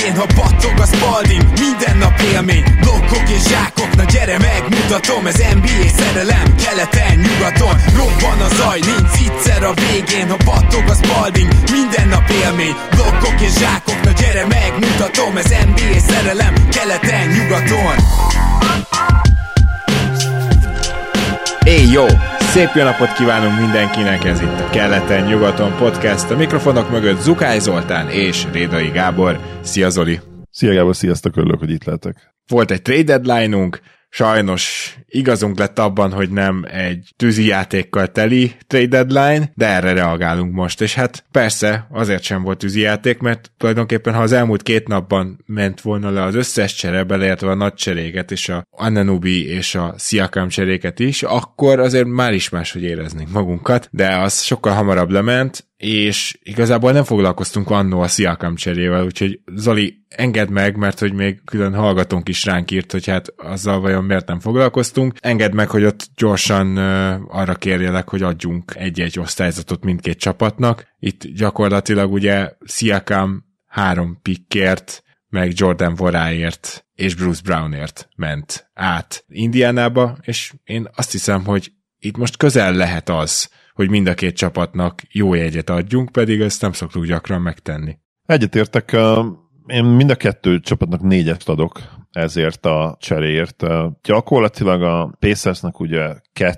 végén, ha battog a Spalding, minden nap élmény, blokkok és zsákok, na gyere megmutatom, ez NBA szerelem, keleten, nyugaton, robban a zaj, nincs egyszer a végén, ha battog a Spalding, minden nap élmény, blokkok és zsákok, na gyere megmutatom, ez NBA szerelem, keleten, nyugaton. Jó! Szép jó napot kívánunk mindenkinek, ez itt a Keleten-nyugaton podcast, a mikrofonok mögött Zukály Zoltán és Rédai Gábor. Szia Zoli! Szia Gábor, sziasztok, örülök, hogy itt lehetek. Volt egy trade deadline-unk, sajnos igazunk lett abban, hogy nem egy tűzijátékkal teli trade deadline, de erre reagálunk most, és hát persze azért sem volt tűzijáték, mert tulajdonképpen ha az elmúlt 2 napban ment volna le az összes csere, beleértve a nagy cseréket és a Anunoby és a Siakam cseréket is, akkor azért már is máshogy éreznénk magunkat, de az sokkal hamarabb lement, és igazából nem foglalkoztunk annó a Siakam cserével, úgyhogy Zoli, engedd meg, mert hogy még külön hallgatónk is ránk írt, hogy hát azzal vajon miért nem foglalkoztunk. Engedd meg, hogy ott gyorsan arra kérjelek, hogy adjunk egy-egy osztályzatot mindkét csapatnak. Itt gyakorlatilag ugye Siakam 3 pickért, meg Jordan Voráért és Bruce Brownért ment át Indiánába, és én azt hiszem, hogy itt most közel lehet az, hogy mind a 2 csapatnak jó jegyet adjunk, pedig ezt nem szoktuk gyakran megtenni. Egyetértek, én mind a 2 csapatnak 4-et adok ezért a cseréért. Gyakorlatilag a Pacersnek ugye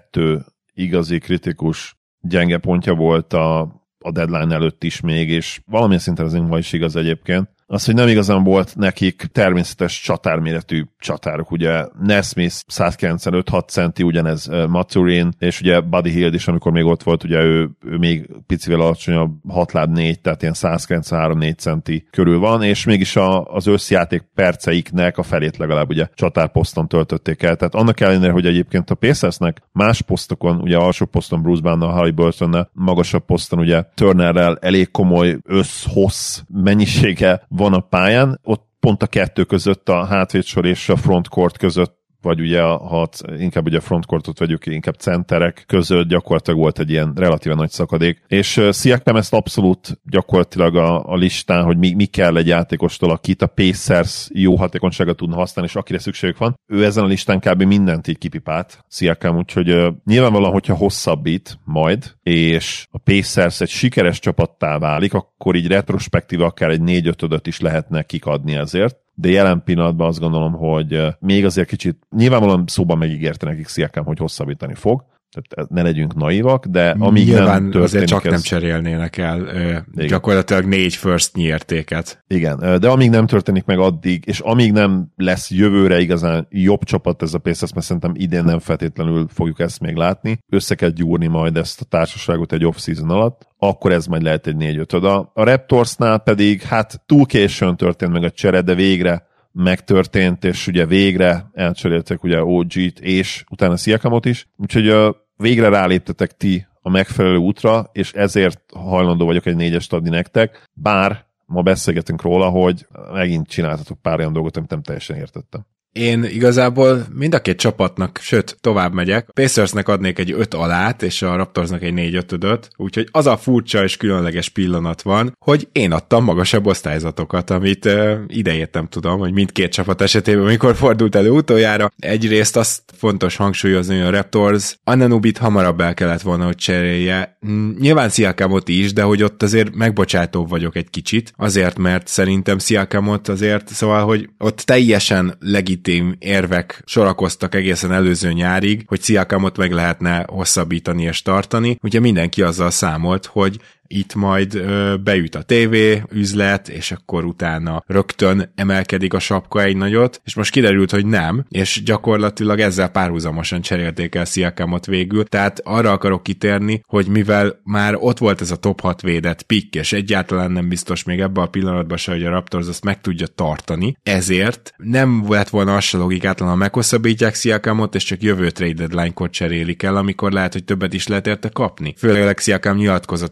2 igazi kritikus gyenge pontja volt a deadline előtt is még, és valamilyen szinten ez ma is igaz egyébként. Az, hogy nem igazán volt nekik természetes csatárméretű csatárok, ugye Nesmith 195-6 centi, ugyanez Maturin, és ugye Buddy Hield is, amikor még ott volt, ugye ő még picivel alacsonyabb, 6 láb 4, tehát ilyen 193-4 centi körül van, és mégis az összjáték perceiknek a felét legalább ugye csatárposzton töltötték el. Tehát annak ellenére, hogy egyébként a Pacersnek más posztokon, ugye alsó poszton Bruce Brown-nal, Haliburtonnal, magasabb poszton ugye Turnerrel elég komoly össz-hossz mennyisége van a pályán, ott pont a 2 között, a hátvédsor és a frontcourt között, vagy ugye, inkább ugye a frontcourtot vegyük, inkább centerek között gyakorlatilag volt egy ilyen relatíven nagy szakadék. És Siakam ezt abszolút gyakorlatilag a listán, hogy mi kell egy játékostól, akit a Pacers jó hatékonyságot tudna használni, és akire szükségük van. Ő ezen a listán kb. Mindent így kipipált, Siakam, úgyhogy nyilvánvalóan, hogyha hosszabbít majd, és a Pacers egy sikeres csapattá válik, akkor így retrospektíve akár egy 4-5-öt is lehetne kikadni ezért. De jelen pillanatban azt gondolom, hogy még azért kicsit, nyilvánvalóan szóban megígérte nekik Siakam, hogy hosszabbítani fog, tehát ne legyünk naivak, de amíg nyilván nem történik azért csak nem cserélnének el gyakorlatilag 4 first-nyi értéket. Igen, de amíg nem történik meg addig, és amíg nem lesz jövőre igazán jobb csapat ez a Pacers, mert szerintem idén nem feltétlenül fogjuk ezt még látni, össze kell gyúrni majd ezt a társaságot egy off-season alatt, akkor ez majd lehet egy 4-5. A Raptorsnál pedig hát túl későn történt meg a csere, de végre megtörtént, és ugye végre elcseréltek ugye OG-t, és utána Siakamot is, úgyhogy végre ráléptetek ti a megfelelő útra, és ezért hajlandó vagyok egy 4-est adni nektek, bár ma beszélgetünk róla, hogy megint csináltatok pár olyan dolgot, amit nem teljesen értettem. Én igazából mind a 2 csapatnak, sőt, tovább megyek. Pacersnek adnék egy 5 alát, és a Raptorsnak egy 4-5-öt, úgyhogy az a furcsa és különleges pillanat van, hogy én adtam magasabb osztályzatokat, amit idejét nem tudom, hogy mindkét csapat esetében mikor fordult elő utoljára. Egyrészt azt fontos hangsúlyozni, hogy a Raptors Anunobit hamarabb el kellett volna, hogy cserélje. Nyilván Siakamot is, de hogy ott azért megbocsátóbb vagyok egy kicsit, azért, mert szerintem Siakamot azért, szóval, hogy ott teljesen legitim érvek sorakoztak egészen előző nyárig, hogy Siakamot meg lehetne hosszabbítani és tartani. Ugye mindenki azzal számolt, hogy itt majd beüt a TV üzlet, és akkor utána rögtön emelkedik a sapka egy nagyot, és most kiderült, hogy nem, és gyakorlatilag ezzel párhuzamosan cserélték el Siakamot végül, tehát arra akarok kitérni, hogy mivel már ott volt ez a top 6 védett pick, és egyáltalán nem biztos még ebben a pillanatban se, hogy a Raptors azt meg tudja tartani, ezért nem lett volna az se logikátlan, ha meghosszabbítják Siakamot, és csak jövő trade deadline-kor cserélik el, amikor lehet, hogy többet is lehet érte kapni. Főleg Siakam nyilatkozatai miatt,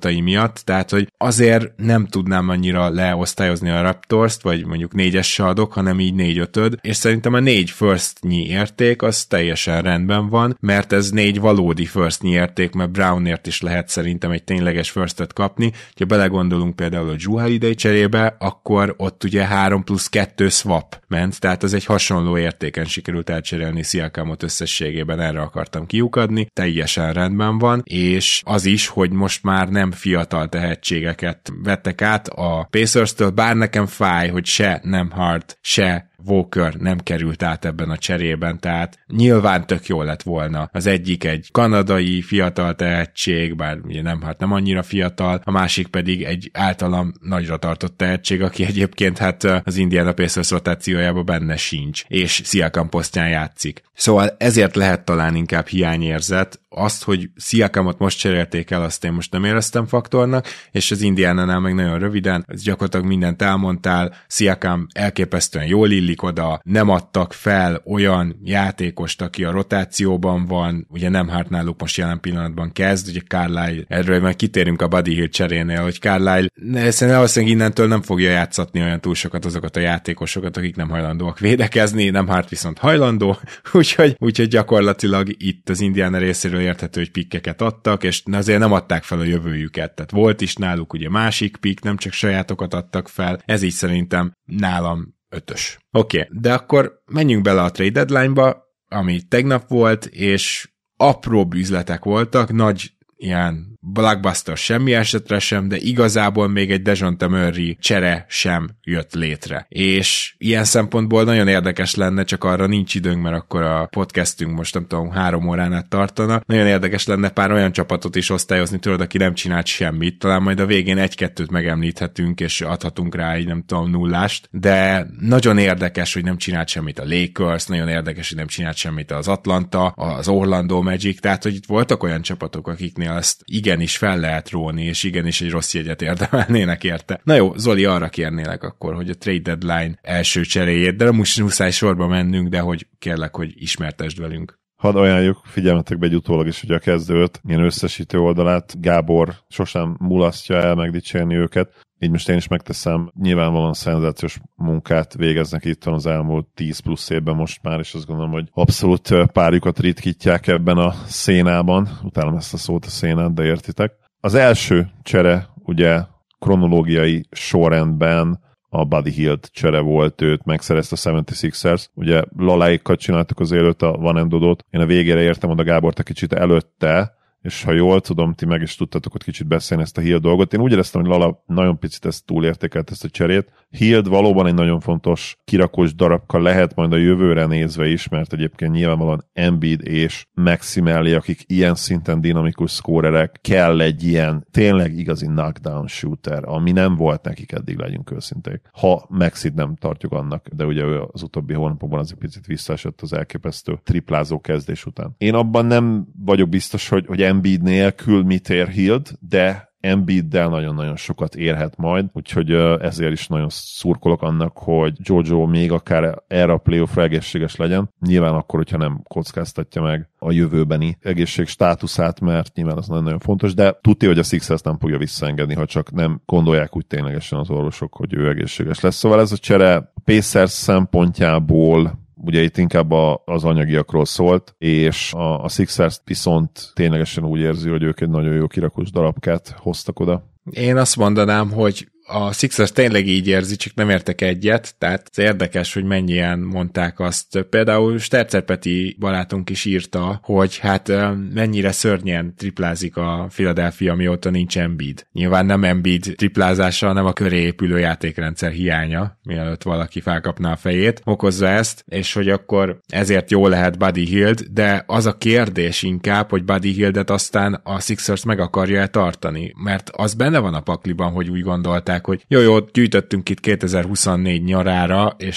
miatt, tehát hogy azért nem tudnám annyira leosztályozni a Raptors-t, vagy mondjuk 4-es adok, hanem így 4-5-öd, és szerintem a 4 first-nyi érték az teljesen rendben van, mert ez 4 valódi first-nyi érték, mert Brownért is lehet szerintem egy tényleges first-et kapni. Ha belegondolunk például a Jrue Holiday cserébe, akkor ott ugye 3+2 swap ment, tehát az egy hasonló értéken sikerült elcserélni Siakamot összességében, erre akartam kiukadni, teljesen rendben van, és az is, hogy most már nem fiatal tehetségeket vettek át a Pacers-től, bár nekem fáj, hogy se Nembhard, se Walker nem került át ebben a cserében, tehát nyilván tök jó lett volna. Az egyik egy kanadai fiatal tehetség, bár ugye nem annyira fiatal, a másik pedig egy általam nagyra tartott tehetség, aki egyébként hát az Indiana Pacers rotációjában benne sincs, és Siakam posztján játszik. Szóval ezért lehet talán inkább hiányérzet. Azt, hogy Siakamot most cserélték el, azt én most nem éreztem faktornak, és az Indiánánál meg nagyon röviden, gyakorlatilag mindent elmondtál, Siakam elképesztően jól illik oda, nem adtak fel olyan játékost, aki a rotációban van, ugye Nembhard náluk most jelen pillanatban kezd, ugye Carlisle, erről már kitérünk a Buddy Hield cserénél, hogy Carlisle szerintem valószínűleg innentől nem fogja játszatni olyan túl sokat azokat a játékosokat, akik nem hajlandóak védekezni, Nembhard viszont hajlandó, úgyhogy gyakorlatilag itt az Indiana részéről érthető, hogy pikkeket adtak, és azért nem adták fel a jövőjüket, tehát volt is náluk ugye másik pikk, nem csak sajátokat adtak fel, ez így szerintem nálam 5-ös. Oké, de akkor menjünk bele a trade deadline-ba, ami tegnap volt, és apróbb üzletek voltak, nagy ilyen blockbuster semmi esetre sem, de igazából még egy Dejounte Murray csere sem jött létre. És ilyen szempontból nagyon érdekes lenne, csak arra nincs időnk, mert akkor a podcastünk most nem tudom 3 órán át tartana. Nagyon érdekes lenne pár olyan csapatot is osztályozni, tudod, aki nem csinált semmit. Talán majd a végén 1-2-t megemlíthetünk, és adhatunk rá egy nem tudom 0-ást, de nagyon érdekes, hogy nem csinált semmit a Lakers, nagyon érdekes, hogy nem csinált semmit az Atlanta, az Orlando Magic, tehát hogy itt voltak olyan csapatok, akiknél ezt igenis fel lehet róni, és igenis egy rossz jegyet érdemelnének érte. Na jó, Zoli, arra kérnélek akkor, hogy a trade deadline első cseréjét, de most muszáj sorba mennünk, de hogy kérlek, hogy ismertesd velünk. Hadd ajánljuk figyelmetekbe egy utólag is, hogy a kezdőt, ilyen összesítő oldalát Gábor sosem mulasztja el megdicsérni őket. Így most én is megteszem, nyilvánvalóan szenzációs munkát végeznek itt az elmúlt 10 plusz évben most már, és azt gondolom, hogy abszolút párjukat ritkítják ebben a szénában. Utálom ezt a szót, a szénát, de értitek. Az első csere, ugye kronológiai sorrendben a Buddy Hield csere volt, őt megszerezte a 76ers. Ugye Laláikkal csináltuk az előtt a Van Endodot. Én a végére értem oda Gábort egy kicsit előtte, és ha jól tudom, ti meg is tudtatok ott kicsit beszélni ezt a Hield dolgot. Én úgy éreztem, hogy Lala nagyon picit ezt túlértékelt, ezt a cserét. Hield valóban egy nagyon fontos kirakós darabka lehet majd a jövőre nézve is, mert egyébként nyilvánvalóan Embiid és Maxi mellé, akik ilyen szinten dinamikus szkórerek, kell egy ilyen tényleg igazi knockdown shooter, ami nem volt nekik eddig, legyünk őszinték. Ha Maxit nem tartjuk annak, de ugye ő az utóbbi hónapokban azért picit visszaesett az elképesztő triplázó kezdés után. Én abban nem vagyok biztos, hogy Embiid nélkül mit ér Hield, de Embiiddel nagyon-nagyon sokat érhet majd, úgyhogy ezért is nagyon szurkolok annak, hogy Jojo még akár erre a playoffra egészséges legyen. Nyilván akkor, hogyha nem kockáztatja meg a jövőbeni egészség státuszát, mert nyilván az nagyon-nagyon fontos, de tudja, hogy a Sixers nem fogja visszaengedni, ha csak nem gondolják úgy ténylegesen az orvosok, hogy ő egészséges lesz. Szóval ez a csere Pacers szempontjából ugye itt inkább az anyagiakról szólt, és a Sixers viszont ténylegesen úgy érzi, hogy ők egy nagyon jó kirakós darabkát hoztak oda. Én azt mondanám, hogy a Sixers tényleg így érzi, csak nem értek egyet, tehát ez érdekes, hogy mennyien mondták azt. Például Sterzer Peti barátunk is írta, hogy hát mennyire szörnyen triplázik a Philadelphia, mióta nincs Embiid. Nyilván nem Embiid triplázása, hanem a köré épülő játékrendszer hiánya, mielőtt valaki felkapná a fejét, okozza ezt, és hogy akkor ezért jó lehet Buddy Hield, de az a kérdés inkább, hogy Buddy Hieldet aztán a Sixers meg akarja tartani, mert az benne van a pakliban, hogy úgy gondolták, hogy jó, gyűjtöttünk itt 2024 nyarára, és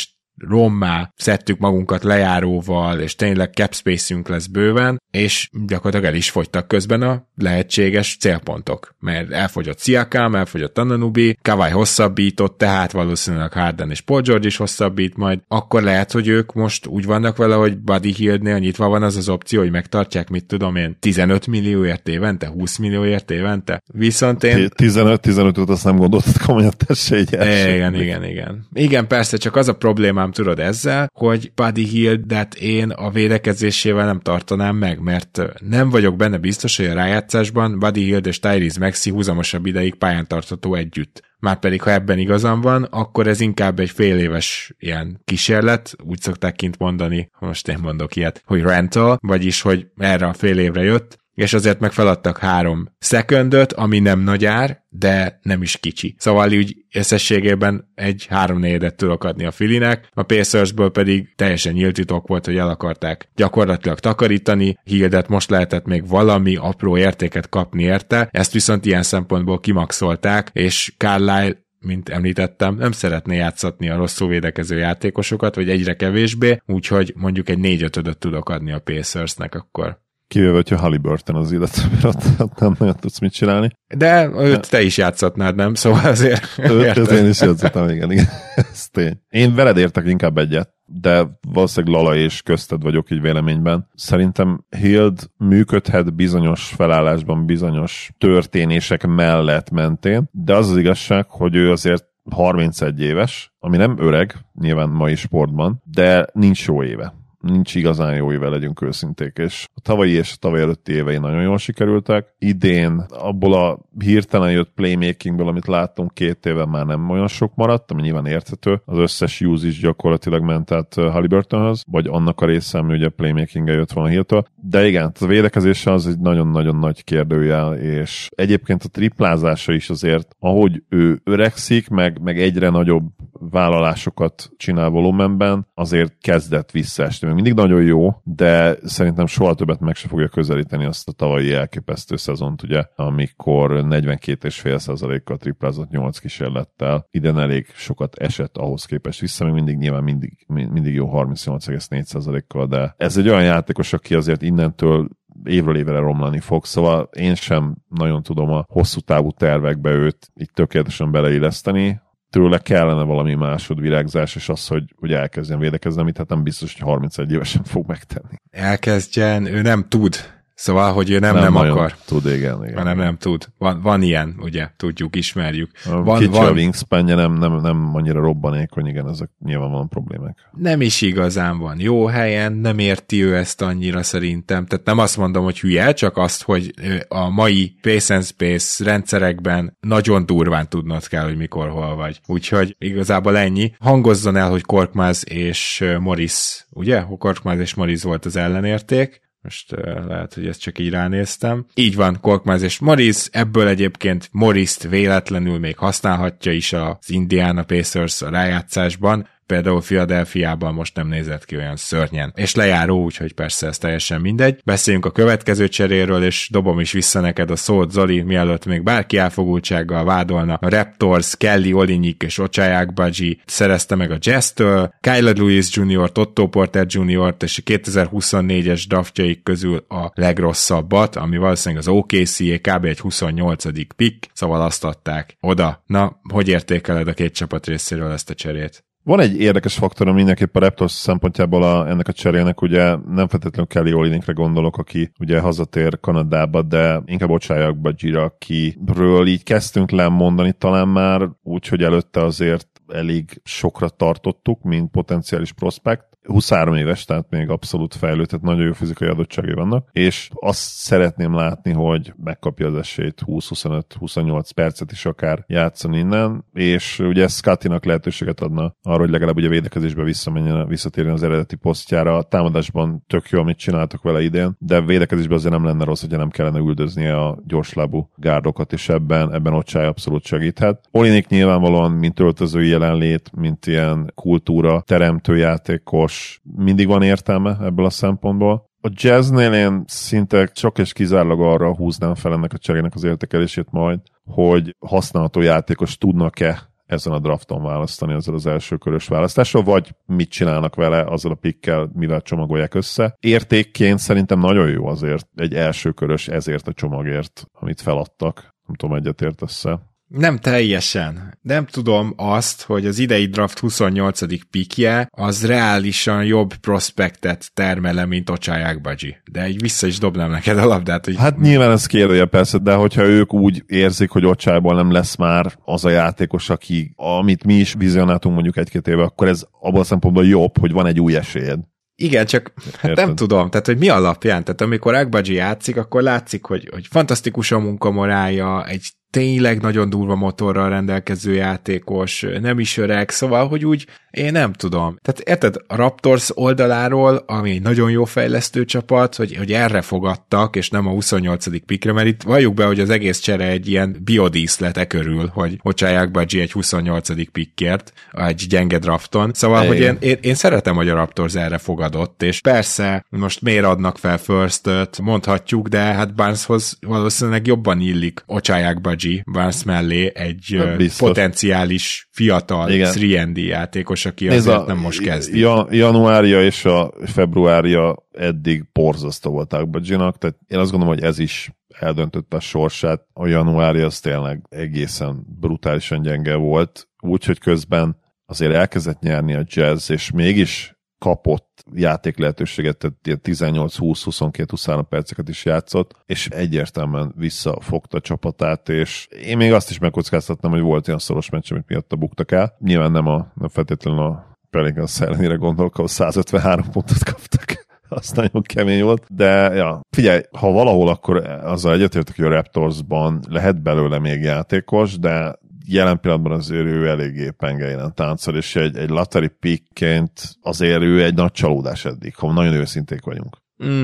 rommá szedtük magunkat lejáróval, és tényleg cap space-ünk lesz bőven, és gyakorlatilag el is fogytak közben a lehetséges célpontok, mert elfogyott Siakam, elfogyott Anunoby, Kawhi hosszabbított, tehát valószínűleg Harden és Paul George is hosszabbít majd, akkor lehet, hogy ők most úgy vannak vele, hogy Buddy Hieldnél nyitva van az opció, hogy megtartják, mit tudom én, 15 millióért évente, 20 millióért évente. Viszont én... 15-öt azt nem gondoltad komolyan, tesse egy Igen. Igen, persze, csak az a problémám, tudod, ezzel, hogy Buddy Hieldet én a védekezésével nem tartanám meg, mert nem vagyok benne biztos, hogy a rájátszásban Buddy Hield és Tyrese Maxey húzamosabb ideig pályán tartható együtt. Márpedig, ha ebben igazam van, akkor ez inkább egy fél éves ilyen kísérlet, úgy szokták kint mondani, most én mondok ilyet, hogy rental, vagyis, hogy erre a fél évre jött, és azért meg feladtak 3 secondöt, ami nem nagy ár, de nem is kicsi. Szóval úgy összességében egy 3/4-et tudok adni a Phillynek, a Pacersből pedig teljesen nyílt titok volt, hogy el akarták gyakorlatilag takarítani, Hieldet most lehetett még valami apró értéket kapni érte, ezt viszont ilyen szempontból kimaxolták, és Carlisle, mint említettem, nem szeretné játszatni a rosszul védekező játékosokat, vagy egyre kevésbé, úgyhogy mondjuk egy 4/5-öt tudok adni a Pacersnek akkor. Kivéve, hogyha Haliburton az illetve, ott nem nagyon tudsz mit csinálni. De őt te is játszatnád, nem? Szóval azért... Őt én is játszottam, igen. Ez tény. Én veled értek inkább egyet, de valószínűleg Lala és közted vagyok így véleményben. Szerintem Hield működhet bizonyos felállásban, bizonyos történések mellett mentén, de az igazság, hogy ő azért 31 éves, ami nem öreg, nyilván mai sportban, de nincs jó éve. Nincs igazán jó éve, legyünk őszinték, és a tavalyi és a tavaly előtti évei nagyon jól sikerültek. Idén abból a hirtelen jött playmakingből, amit láttunk 2 éve, már nem olyan sok maradt, ami nyilván érthető. Az összes use is gyakorlatilag ment át Haliburtonhoz, vagy annak a része, ami ugye playmaking-el jött volna Hieldtől. De igen, a védekezése az egy nagyon-nagyon nagy kérdőjel, és egyébként a triplázása is azért, ahogy ő öregszik, meg egyre nagyobb vállalásokat csinál volumenben, azért kezdett visszaesni. Még mindig nagyon jó, de szerintem soha többet meg se fogja közelíteni azt a tavalyi elképesztő szezont, ugye, amikor 42,5%-kal triplázott 8 kísérlettel. Idén elég sokat esett ahhoz képest vissza, még mindig nyilván mindig jó 38,4%-kal, de ez egy olyan játékos, aki azért innentől évről évre romlani fog, szóval én sem nagyon tudom a hosszú távú tervekbe őt így tökéletesen beleilleszteni. Tőle kellene valami másodvirágzás, és az, hogy elkezdjen védekezni, amit hát nem biztos, hogy 31 évesen fog megtenni. Elkezdjen, ő nem tud. Szóval, hogy ő nem akar. Tud, igen. Hanem nem tud. Van ilyen, ugye, tudjuk, ismerjük. Kicsi a wingspanje, nem annyira robbanékony, igen, ezek nyilván van problémák. Nem is igazán van jó helyen, nem érti ő ezt annyira szerintem. Tehát nem azt mondom, hogy hülye, csak azt, hogy a mai pace and space rendszerekben nagyon durván tudnod kell, hogy mikor, hol vagy. Úgyhogy igazából ennyi. Hangozzon el, hogy Korkmaz és Morris, ugye? Korkmaz és Morris volt az ellenérték. Most lehet, hogy ezt csak így ránéztem. Így van, Korkmaz és Morris, ebből egyébként Morrist véletlenül még használhatja is az Indiana Pacers a rájátszásban, például Philadelphiában most nem nézett ki olyan szörnyen. És lejáró, úgyhogy persze ez teljesen mindegy. Beszéljünk a következő cseréről, és dobom is vissza neked a szót, Zoli, mielőtt még bárki elfogultsággal vádolna. A Raptors, Kelly Olynyk és Ochai Agbaji szerezte meg a Jazz-től, Kyler Lewis Jr., Otto Porter Jr. és a 2024-es draftjaik közül a legrosszabbat, ami valószínűleg az OKC-é, kb. Egy 28. pick, szóval azt adták oda. Na, hogy értékeled a két csapat részéről ezt a cserét? Van egy érdekes faktor, ami mindenképpen a Raptors szempontjából ennek a cserének, ugye nem feltétlenül Kelly Olynykre gondolok, aki ugye hazatér Kanadába, de inkább Ochai Agbajira, akiről így kezdtünk lemondani talán már, úgyhogy előtte azért elég sokra tartottuk, mint potenciális prospekt. 23 éves, tehát még abszolút fejlődött, tehát nagyon jó fizikai adottságai vannak, és azt szeretném látni, hogy megkapja az esélyt 20-25-28 percet is akár játszani innen, és ugye Scottynak lehetőséget adna arra, hogy legalább ugye védekezésbe visszatérjen az eredeti posztjára. A támadásban tök jó, amit csináltak vele idén, de védekezésben azért nem lenne rossz, hogyha nem kellene üldöznie a gyorslábú gárdokat, és ebben Ochai abszolút segíthet. Olynyk nyilvánvalóan, mint öltözői jelenlét, mint ilyen kultúra, teremtő játékos, mindig van értelme ebből a szempontból. A Jazznél én szinte csak és kizárólag arra húznám fel ennek a cserének az értékelését majd, hogy használható játékos tudnak-e ezen a drafton választani ezzel az első körös választással, vagy mit csinálnak vele azzal a pickkel, mivel csomagolják össze. Értékként szerintem nagyon jó azért egy első körös ezért a csomagért, amit feladtak. Nem tudom, egyetért össze. Nem teljesen. Nem tudom azt, hogy az idei draft 28. pickje az reálisan jobb prospektet termele, mint Ochai Agbaji. De így vissza is dobnám neked a labdát. Hogy... Hát nyilván ez kérdője persze, de hogyha ők úgy érzik, hogy Ochaiból nem lesz már az a játékos, amit mi is vizionáltunk mondjuk 1-2 éve, akkor ez abban a szempontból jobb, hogy van egy új esélyed. Igen, csak hát nem tudom, tehát hogy mi alapján, tehát amikor Agbaji játszik, akkor látszik, hogy fantasztikus a munkamorálja, egy tényleg nagyon durva motorral rendelkező játékos, nem is öreg, szóval, hogy úgy én nem tudom. Tehát érted, a Raptors oldaláról, ami egy nagyon jó fejlesztő csapat, hogy erre fogadtak, és nem a 28. pickre, mert itt valljuk be, hogy az egész csere egy ilyen biodíszlet körül, hogy Ochai Agbaji egy 28. pickért, egy gyenge drafton. Szóval, hogy én szeretem, hogy a Raptors erre fogadott, és persze, most miért adnak fel first-öt, mondhatjuk, de hát Barneshoz valószínűleg jobban illik Ochai Agbaji Barnes mellé egy potenciális fiatal 3&D játékos, aki azért nem most kezdi. Januárja és a februárja eddig borzasztó volt Agbajinak, tehát én azt gondolom, hogy ez is eldöntötte a sorsát. A januárja az tényleg egészen brutálisan gyenge volt, úgyhogy közben azért elkezdett nyerni a Jazz, és mégis kapott játék lehetőséget, tehát 18-20-22-23 perceket is játszott, és egyértelműen visszafogta a csapatát, és én még azt is megkockáztatnám, hogy volt ilyen szoros meccs, amit miatt buktak el. Nyilván nem feltétlenül a Pelicans ellenére gondolok, ahol 153 pontot kaptak. Az nagyon kemény volt, de ja, figyelj, ha valahol, akkor azzal egyetértek, hogy a Raptorsban lehet belőle még játékos, de jelen pillanatban azért ő eléggé pengelyen táncol, és egy lottery pickként azért ő egy nagy csalódás eddig, ha nagyon őszinték vagyunk.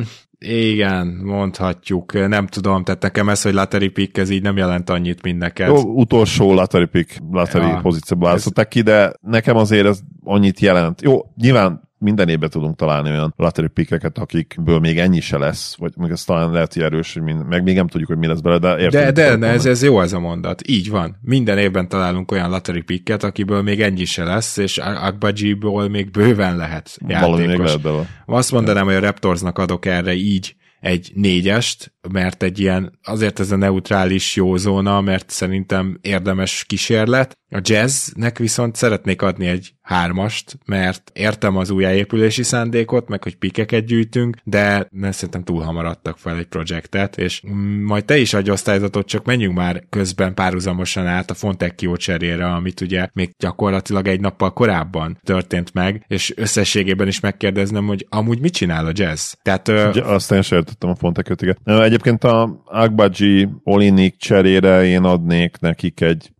Igen, mondhatjuk. Nem tudom, tehát nekem ez, hogy lottery pick, ez így nem jelent annyit, mint neked. Jó, utolsó lottery pozícióba választották ki, de nekem azért ez annyit jelent. Jó, nyilván minden évben tudunk találni olyan lottery pickeket, akikből még ennyi se lesz, vagy még ez talán lehet, hogy erős, meg még nem tudjuk, hogy mi lesz belőle, de ez jó ez a mondat. Így van. Minden évben találunk olyan lottery picket, akiből még ennyi se lesz, és Agbajiból még bőven lehet játékos. Azt mondanám, hogy a Raptorsnak adok erre így egy 4-est, mert egy ilyen, azért ez a neutrális jó zóna, mert szerintem érdemes kísérlet. A Jazznek viszont szeretnék adni egy 3-ast, mert értem az újjáépülési szándékot, meg hogy pikeket gyűjtünk, de szerintem túl hamar adtak fel egy projektet, és majd te is adj osztályzatot, csak menjünk már közben párhuzamosan át a Fontecchio cserére, amit ugye még gyakorlatilag egy nappal korábban történt meg, és összességében is megkérdeznem, hogy amúgy mit csinál a Jazz? Tehát, azt én sem értettem a Fontecchiót, igen. Egyébként a Agbaji Olynyk cserére én adnék nekik egy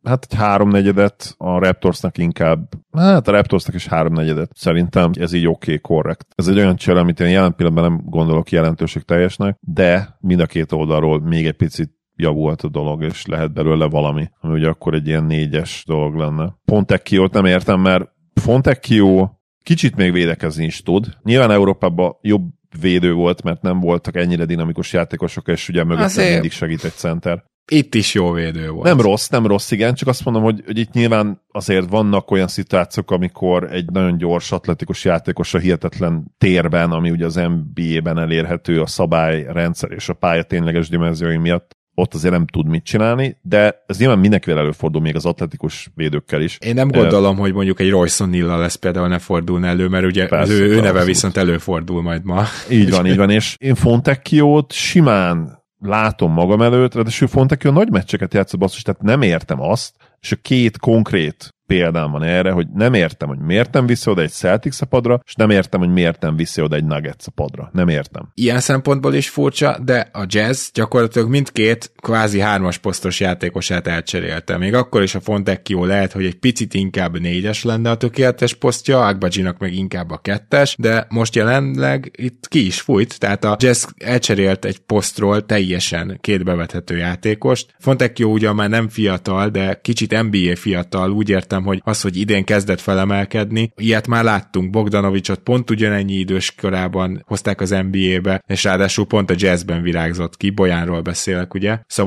3/4, a Raptorsnak inkább, a Raptorsnak is 3/4. Szerintem ez így korrekt. Ez egy olyan csere, amit én jelen pillanatban nem gondolok jelentőség teljesnek, de mind a két oldalról még egy picit javult a dolog, és lehet belőle valami, ami ugye akkor egy ilyen 4-es dolog lenne. Fontecchiót nem értem, mert Fontecchio kicsit még védekezni is tud. Nyilván Európában jobb védő volt, mert nem voltak ennyire dinamikus játékosok, és ugye mögöttem mindig segít egy center. Itt is jó védő volt. Nem rossz, igen, csak azt mondom, hogy itt nyilván azért vannak olyan szituációk, amikor egy nagyon gyors, atletikus játékos a hihetetlen térben, ami ugye az NBA-ben elérhető, a szabályrendszer és a pálya tényleges dimenziói miatt, ott azért nem tud mit csinálni, de ez nyilván mindenkivel előfordul, még az atletikus védőkkel is. Én nem gondolom, hogy mondjuk egy Royce O'Neal lesz például ne fordulna elő, mert ugye persze, ő neve viszont előfordul majd ma. Így van, és én Fontecchiót simán látom magam előtt, ráadásul Fontecchio nagy meccseket játszott basszus, tehát nem értem azt, és a két konkrét példám van erre, hogy nem értem, hogy miért nem viszi oda egy Celtics a padra, és nem értem, hogy miért nem viszi oda egy Nuggets a padra. Nem értem. Ilyen szempontból is furcsa, de a Jazz gyakorlatilag mindkét kvázi 3-as posztos játékosát elcserélte. Még akkor is a Fontecchio lehet, hogy egy picit inkább 4-es lenne a tökéletes posztja, Agbajinak meg inkább a 2-es, de most jelenleg itt ki is fújt, tehát a Jazz elcserélt egy posztról teljesen két bevethető játékost. Fontecchio ugyan már nem fiatal, de kicsit NBA fiatal, úgy értem, hogy az, hogy idén kezdett felemelkedni, ilyet már láttunk, Bogdanovicsot pont ugyanennyi idős korában hozták az NBA-be, és ráadásul pont a Jazzben virágzott ki, Bojanról beszélek, ugye? Szóval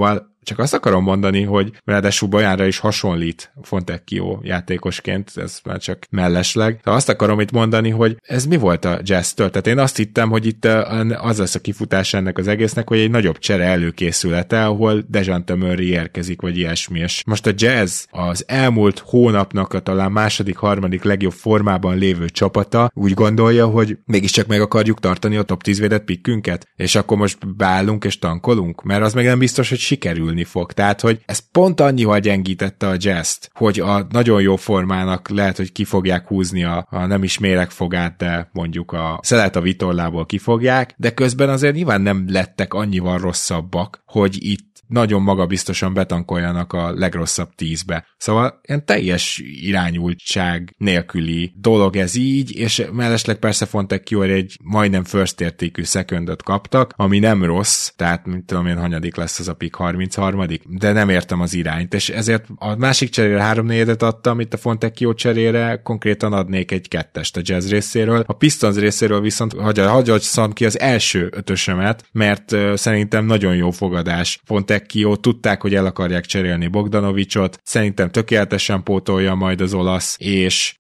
csak azt akarom mondani, hogy ráadásul Bojanra is hasonlít Fontecchio játékosként, ez már csak mellesleg. De azt akarom itt mondani, hogy ez mi volt a Jazz-től? Tehát én azt hittem, hogy itt az lesz a kifutás ennek az egésznek, hogy egy nagyobb csere előkészülete, ahol Dejounte Murray érkezik, vagy ilyesmi. És most a Jazz az elmúlt hónapnak a talán második-harmadik legjobb formában lévő csapata úgy gondolja, hogy mégiscsak meg akarjuk tartani a top 10 védett pikkünket, és akkor most beállunk és tankolunk, mert az meg nem biztos, hogy sikerülni fog. Tehát, hogy ez pont annyival gyengítette a Jazz-t, hogy a nagyon jó formának lehet, hogy ki fogják húzni a nem is méregfogát, de mondjuk a szelet a vitorlából kifogják, de közben azért nyilván nem lettek annyival rosszabbak, hogy itt nagyon magabiztosan betankoljanak a legrosszabb 10-be. Szóval ilyen teljes irányultság nélküli dolog ez így, és mellesleg persze Fontecchio egy majdnem first értékű secondot kaptak, ami nem rossz, tehát mint tudom én, hanyadik lesz az a pick, 33. De nem értem az irányt, és ezért a másik cserére 3-4-et adtam, itt a Fontecchio cserére konkrétan adnék egy 2-est a Jazz részéről. A Pistons részéről viszont hagyjam ki az első 5-ösömet, mert szerintem nagyon jó fogadás. Fontecchio, tudták, hogy el akarják cserélni Bogdanovicsot, szerintem tökéletesen pótolja majd az olasz, és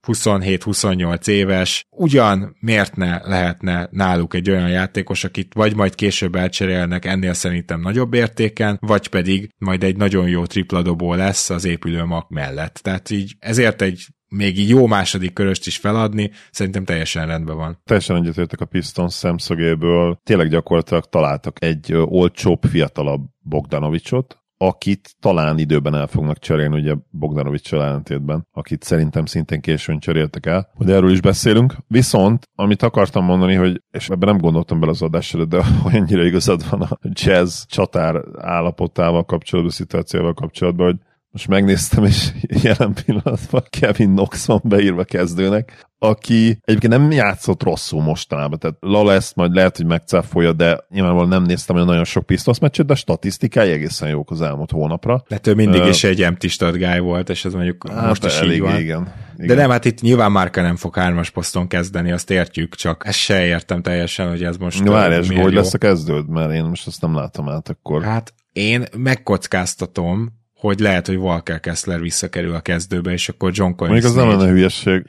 27-28 éves, ugyan miért ne lehetne náluk egy olyan játékos, akit vagy majd később elcserélnek ennél szerintem nagyobb értéken, vagy pedig majd egy nagyon jó tripladobó lesz az épülő mag mellett. Tehát így ezért egy még így jó második köröst is feladni, szerintem teljesen rendben van. Teljesen egyetértek a Pistons szemszögéből. Tényleg gyakorlatilag találtak egy olcsóbb, fiatalabb Bogdanovicsot, akit talán időben el fognak cserélni, ugye Bogdanovics ellentétben, akit szerintem szintén későn cseréltek el, hogy erről is beszélünk. Viszont, amit akartam mondani, hogy, és ebben nem gondoltam bele az adásra, de olyannyira igazad van a Jazz csatár állapotával kapcsolatban, szituációval kapcsolatban, hogy most megnéztem, és jelen pillanatban Kevin Knox van beírva kezdőnek, aki egyébként nem játszott rosszul mostanában, tehát Lala ezt majd lehet, hogy megcáfolja, de nyilvánvalóan nem néztem olyan nagyon sok Pistons meccset, de a statisztikái egészen jók az elmúlt hónapra. Hát ő mindig is egy empty stat guy volt, és ez mondjuk most is így van. Igen. De nem, hát itt nyilván Márka nem fog 3-as poszton kezdeni, azt értjük, csak ezt se értem teljesen, hogy ez most várjás, hogy lesz a kezdőd, mert én most ezt nem látom át akkor. Hát én megkockáztatom, hogy lehet, hogy Walker Kessler visszakerül a kezdőbe, és akkor John Collins. Még az nem lenne hülyesség.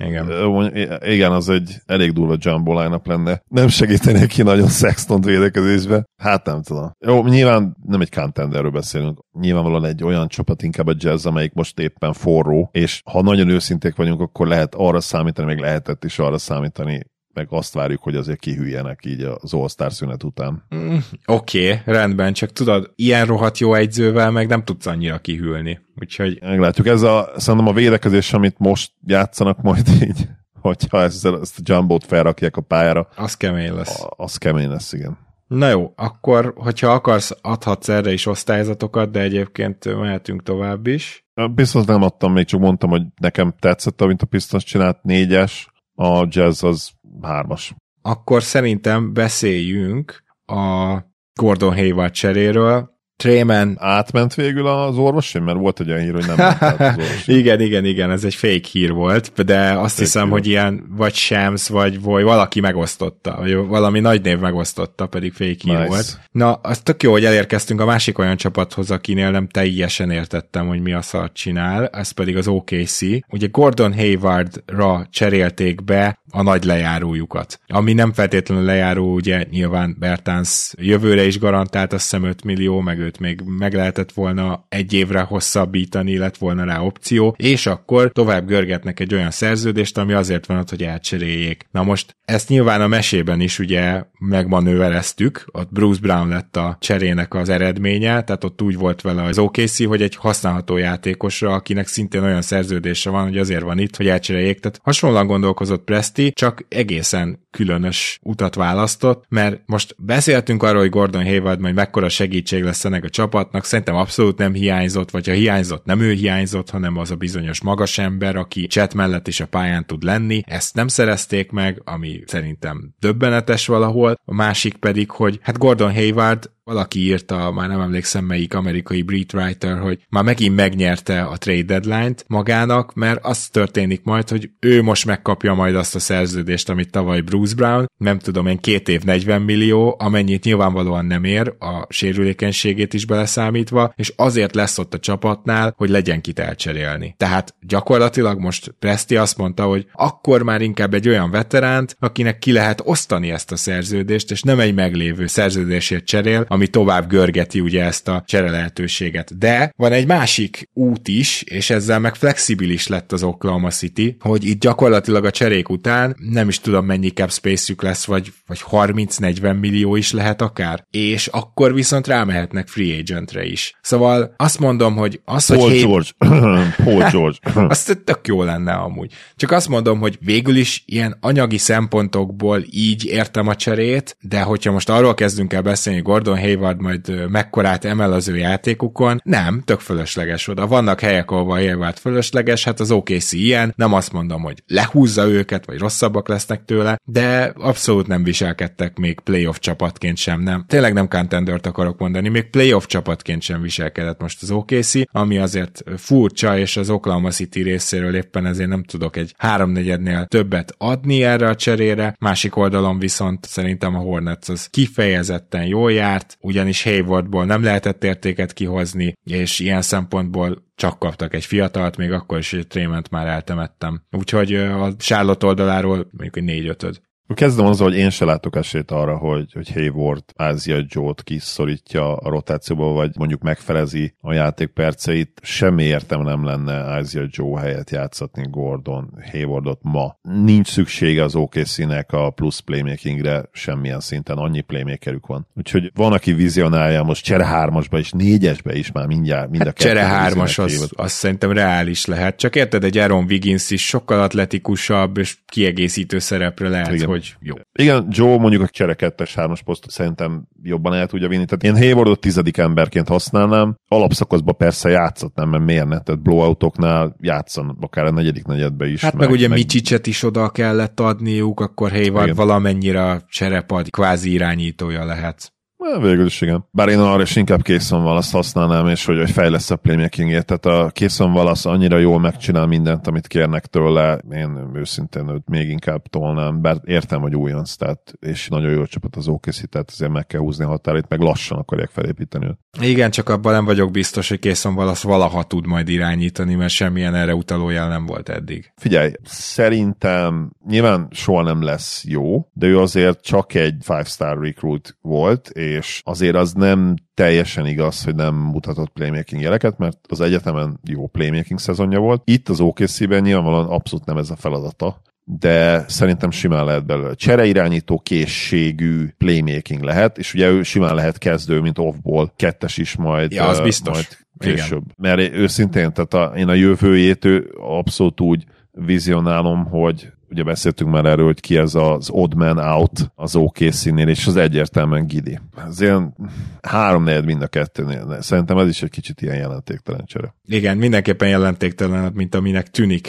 Igen, az egy elég durva jumbo line-up lenne. Nem segítenék ki nagyon Sextont védekezésbe. Hát nem tudom. Jó, nyilván nem egy contenderről beszélünk. Nyilvánvalóan egy olyan csapat, inkább a Jazz, amelyik most éppen forró, és ha nagyon őszinték vagyunk, akkor lehet arra számítani, meg lehetett is arra számítani, meg azt várjuk, hogy azért kihűljenek így az All-Star szünet után. Oké, rendben, csak tudod, ilyen rohadt jó egyzővel meg nem tudsz annyira kihűlni. Úgyhogy... Meglátjuk. Szerintem a védekezés, amit most játszanak majd így, hogyha ezt a jumbót felrakják a pályára. Az kemény lesz. Az kemény lesz, igen. Na jó, akkor, hogyha akarsz, adhatsz erre is osztályzatokat, de egyébként mehetünk tovább is. Pistons nem adtam, még csak mondtam, hogy nekem tetszett, amint a Pistons csinált, 4-es, a Jazz az 3-as. Akkor szerintem beszéljünk a Gordon Hayward cseréről. Trayman átment végül az orvosin, mert volt egy olyan hír, hogy nem ment át az orvosin. igen, ez egy fake hír volt, de azt hiszem, hogy ilyen vagy Shams, vagy valaki megosztotta, vagy valami nagy név megosztotta, pedig fake hír volt. Na, az tök jó, hogy elérkeztünk a másik olyan csapathoz, akinél nem teljesen értettem, hogy mi a szart csinál, ez pedig az OKC. Ugye Gordon Haywardra cserélték be a nagy lejárójukat. Ami nem feltétlenül lejáró, ugye nyilván Bertans jövőre is garantált, azt hiszem 5 millió, meg őt még meg lehetett volna egy évre hosszabbítani, lett volna rá opció, és akkor tovább görgetnek egy olyan szerződést, ami azért van ott, hogy elcseréljék. Na most ezt nyilván a mesében is ugye megmanővereztük, ott Bruce Brown lett a cserének az eredménye, tehát ott úgy volt vele az OKC, hogy egy használható játékosra, akinek szintén olyan szerződése van, hogy azért van itt, hogy elcseréljék. Tehát hasonlóan gondolkozott Presti, csak egészen különös utat választott, mert most beszéltünk arról, hogy Gordon Hayward majd mekkora segítség lesz ennek a csapatnak, szerintem abszolút nem hiányzott, vagy ha hiányzott, nem ő hiányzott, hanem az a bizonyos magas ember, aki Chet mellett is a pályán tud lenni. Ezt nem szerezték meg, ami szerintem döbbenetes valahol. A másik pedig, hogy hát Gordon Hayward valaki írta, már nem emlékszem melyik amerikai beat writer, hogy már megint megnyerte a trade deadline-t magának, mert az történik majd, hogy ő most megkapja majd azt a szerződést, amit tavaly Bruce Brown, nem tudom én, 2 év 40 millió, amennyit nyilvánvalóan nem ér, a sérülékenységét is beleszámítva, és azért lesz ott a csapatnál, hogy legyen kit elcserélni. Tehát gyakorlatilag most Presti azt mondta, hogy akkor már inkább egy olyan veteránt, akinek ki lehet osztani ezt a szerződést, és nem egy meglévő szerződésért cserél, ami tovább görgeti ugye ezt a csere lehetőséget. De van egy másik út is, és ezzel meg flexibilis lett az Oklahoma City, hogy itt gyakorlatilag a cserék után nem is tudom mennyi cap space-ük lesz, vagy 30-40 millió is lehet akár, és akkor viszont rámehetnek free agentre is. Szóval azt mondom, hogy az, Paul hogy George. Paul George. azt tök jó lenne amúgy. Csak azt mondom, hogy végül is ilyen anyagi szempontokból így értem a cserét, de hogyha most arról kezdünk el beszélni, Gordon Hayward majd mekkorát emel az ő játékukon, nem, tök fölösleges oda. Vannak helyek, ahol Hayward fölösleges, hát az OKC ilyen, nem azt mondom, hogy lehúzza őket, vagy rosszabbak lesznek tőle, de abszolút nem viselkedtek még playoff csapatként sem, nem. Tényleg nem contendert akarok mondani, még playoff csapatként sem viselkedett most az OKC, ami azért furcsa, és az Oklahoma City részéről éppen ezért nem tudok egy 3/4-nél többet adni erre a cserére, másik oldalon viszont szerintem a Hornets az kifejezetten jól járt, ugyanis Haywardból nem lehetett értéket kihozni, és ilyen szempontból csak kaptak egy fiatalt, még akkor is, hogy Trément már eltemettem. Úgyhogy a Charlotte oldaláról mondjuk egy 4/5. Kezdem azzal, hogy én se látok esélyt arra, hogy Hayward Isaiah Joe-t kiszorítja a rotációba, vagy mondjuk megfelezi a játék perceit. Semmi értelme nem lenne Isaiah Joe helyett játszatni Gordon Haywardot ma. Nincs szüksége az OKC-nek a plusz playmakingre semmilyen szinten, annyi playmakerük van. Úgyhogy van, aki vizionálja most csere 3-asba és 4-esbe is már mindjárt mind a kettő. Csere 3-as az szerintem reális lehet. Csak érted, egy Aaron Wiggins is sokkal atletikusabb és kiegészítő szerepre lehet, igen, hogy jó. Igen, Joe mondjuk a csere 2-es 3-as posztot szerintem jobban el tudja vinni. Tehát én Haywardot 10. emberként használnám. Alapszakaszban persze játszhatnám, mert miért ne? Tehát blowoutoknál játszan akár a 4. negyedbe is. Hát meg ugye Micsicset is oda kellett adniuk, akkor Hayward igen, valamennyire a cserepad kvázi irányítója lehet. Végül is igen. Bár én arra is inkább Cason Wallace használnám, és hogy fejlesz a playmakingért. Tehát a Cason Wallace annyira jól megcsinál mindent, amit kérnek tőle. Én őszintén őt még inkább tolnám, bár értem, hogy újonc, tehát, és nagyon jó csapat az OKC, tehát azért meg kell húzni a határait, meg lassan akarják felépíteni őt. Igen, csak abban nem vagyok biztos, hogy Cason Wallace valaha tud majd irányítani, mert semmilyen erre utaló jel nem volt eddig. Figyelj, szerintem nyilván soha nem lesz jó, de ő azért csak egy 5-star recruit volt, és azért az nem teljesen igaz, hogy nem mutatott playmaking jeleket, mert az egyetemen jó playmaking szezonja volt. Itt az OKC-ben nyilvánvalóan abszolút nem ez a feladata, de szerintem simán lehet belőle. Csereirányító készségű playmaking lehet, és ugye ő simán lehet kezdő, mint off-ball, 2-es is majd, ja, az biztos. Majd később. Igen. Mert őszintén, tehát én a jövőjét abszolút úgy vizionálom, hogy ugye beszéltünk már erről, hogy ki ez az odd man out az OKC-nél, és az egyértelműen Gidi. Ez ilyen 3-4 mind a kettőnél. Szerintem ez is egy kicsit ilyen jelentéktelen csere. Igen, mindenképpen jelentéktelen, mint aminek tűnik.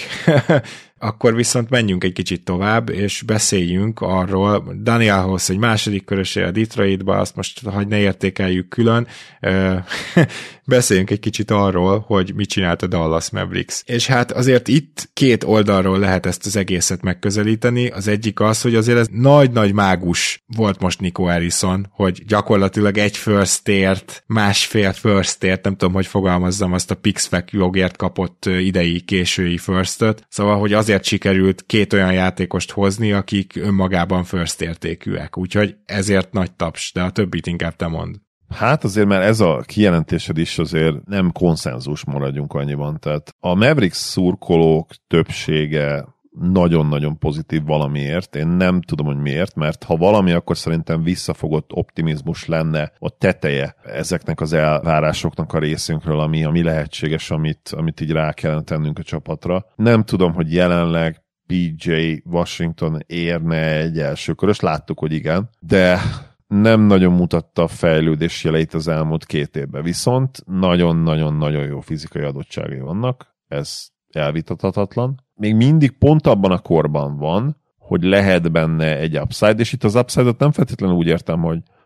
Akkor viszont menjünk egy kicsit tovább, és beszéljünk arról, Daniel House egy második körösé a Detroitba, azt most hagy ne értékeljük külön, beszéljünk egy kicsit arról, hogy mit csinált a Dallas Mavericks. És hát azért itt 2 oldalról lehet ezt az egészet megközelíteni, az egyik az, hogy azért ez nagy-nagy mágus volt most Nico Harrison, hogy gyakorlatilag egy first-ért, másfél first-ért, nem tudom, hogy fogalmazzam, azt a PixFac jogért kapott idei késői first-öt, szóval, hogy azért sikerült 2 olyan játékost hozni, akik önmagában first értékűek, úgyhogy ezért nagy taps, de a többit inkább te mondd. Hát azért már ez a kijelentésed is azért nem konszenzus, maradjunk annyiban. Tehát a Mavericks szurkolók többsége nagyon-nagyon pozitív valamiért. Én nem tudom, hogy miért, mert ha valami, akkor szerintem visszafogott optimizmus lenne a teteje ezeknek az elvárásoknak a részünkről, ami lehetséges, amit így rá kellene tennünk a csapatra. Nem tudom, hogy jelenleg PJ Washington érne egy elsőkörös, láttuk, hogy igen, de nem nagyon mutatta a fejlődés jeleit az elmúlt 2 évben. Viszont nagyon-nagyon-nagyon jó fizikai adottságai vannak, ez elvitathatatlan. Még mindig pont abban a korban van, hogy lehet benne egy upside, és itt az upside-ot nem feltétlenül úgy értem,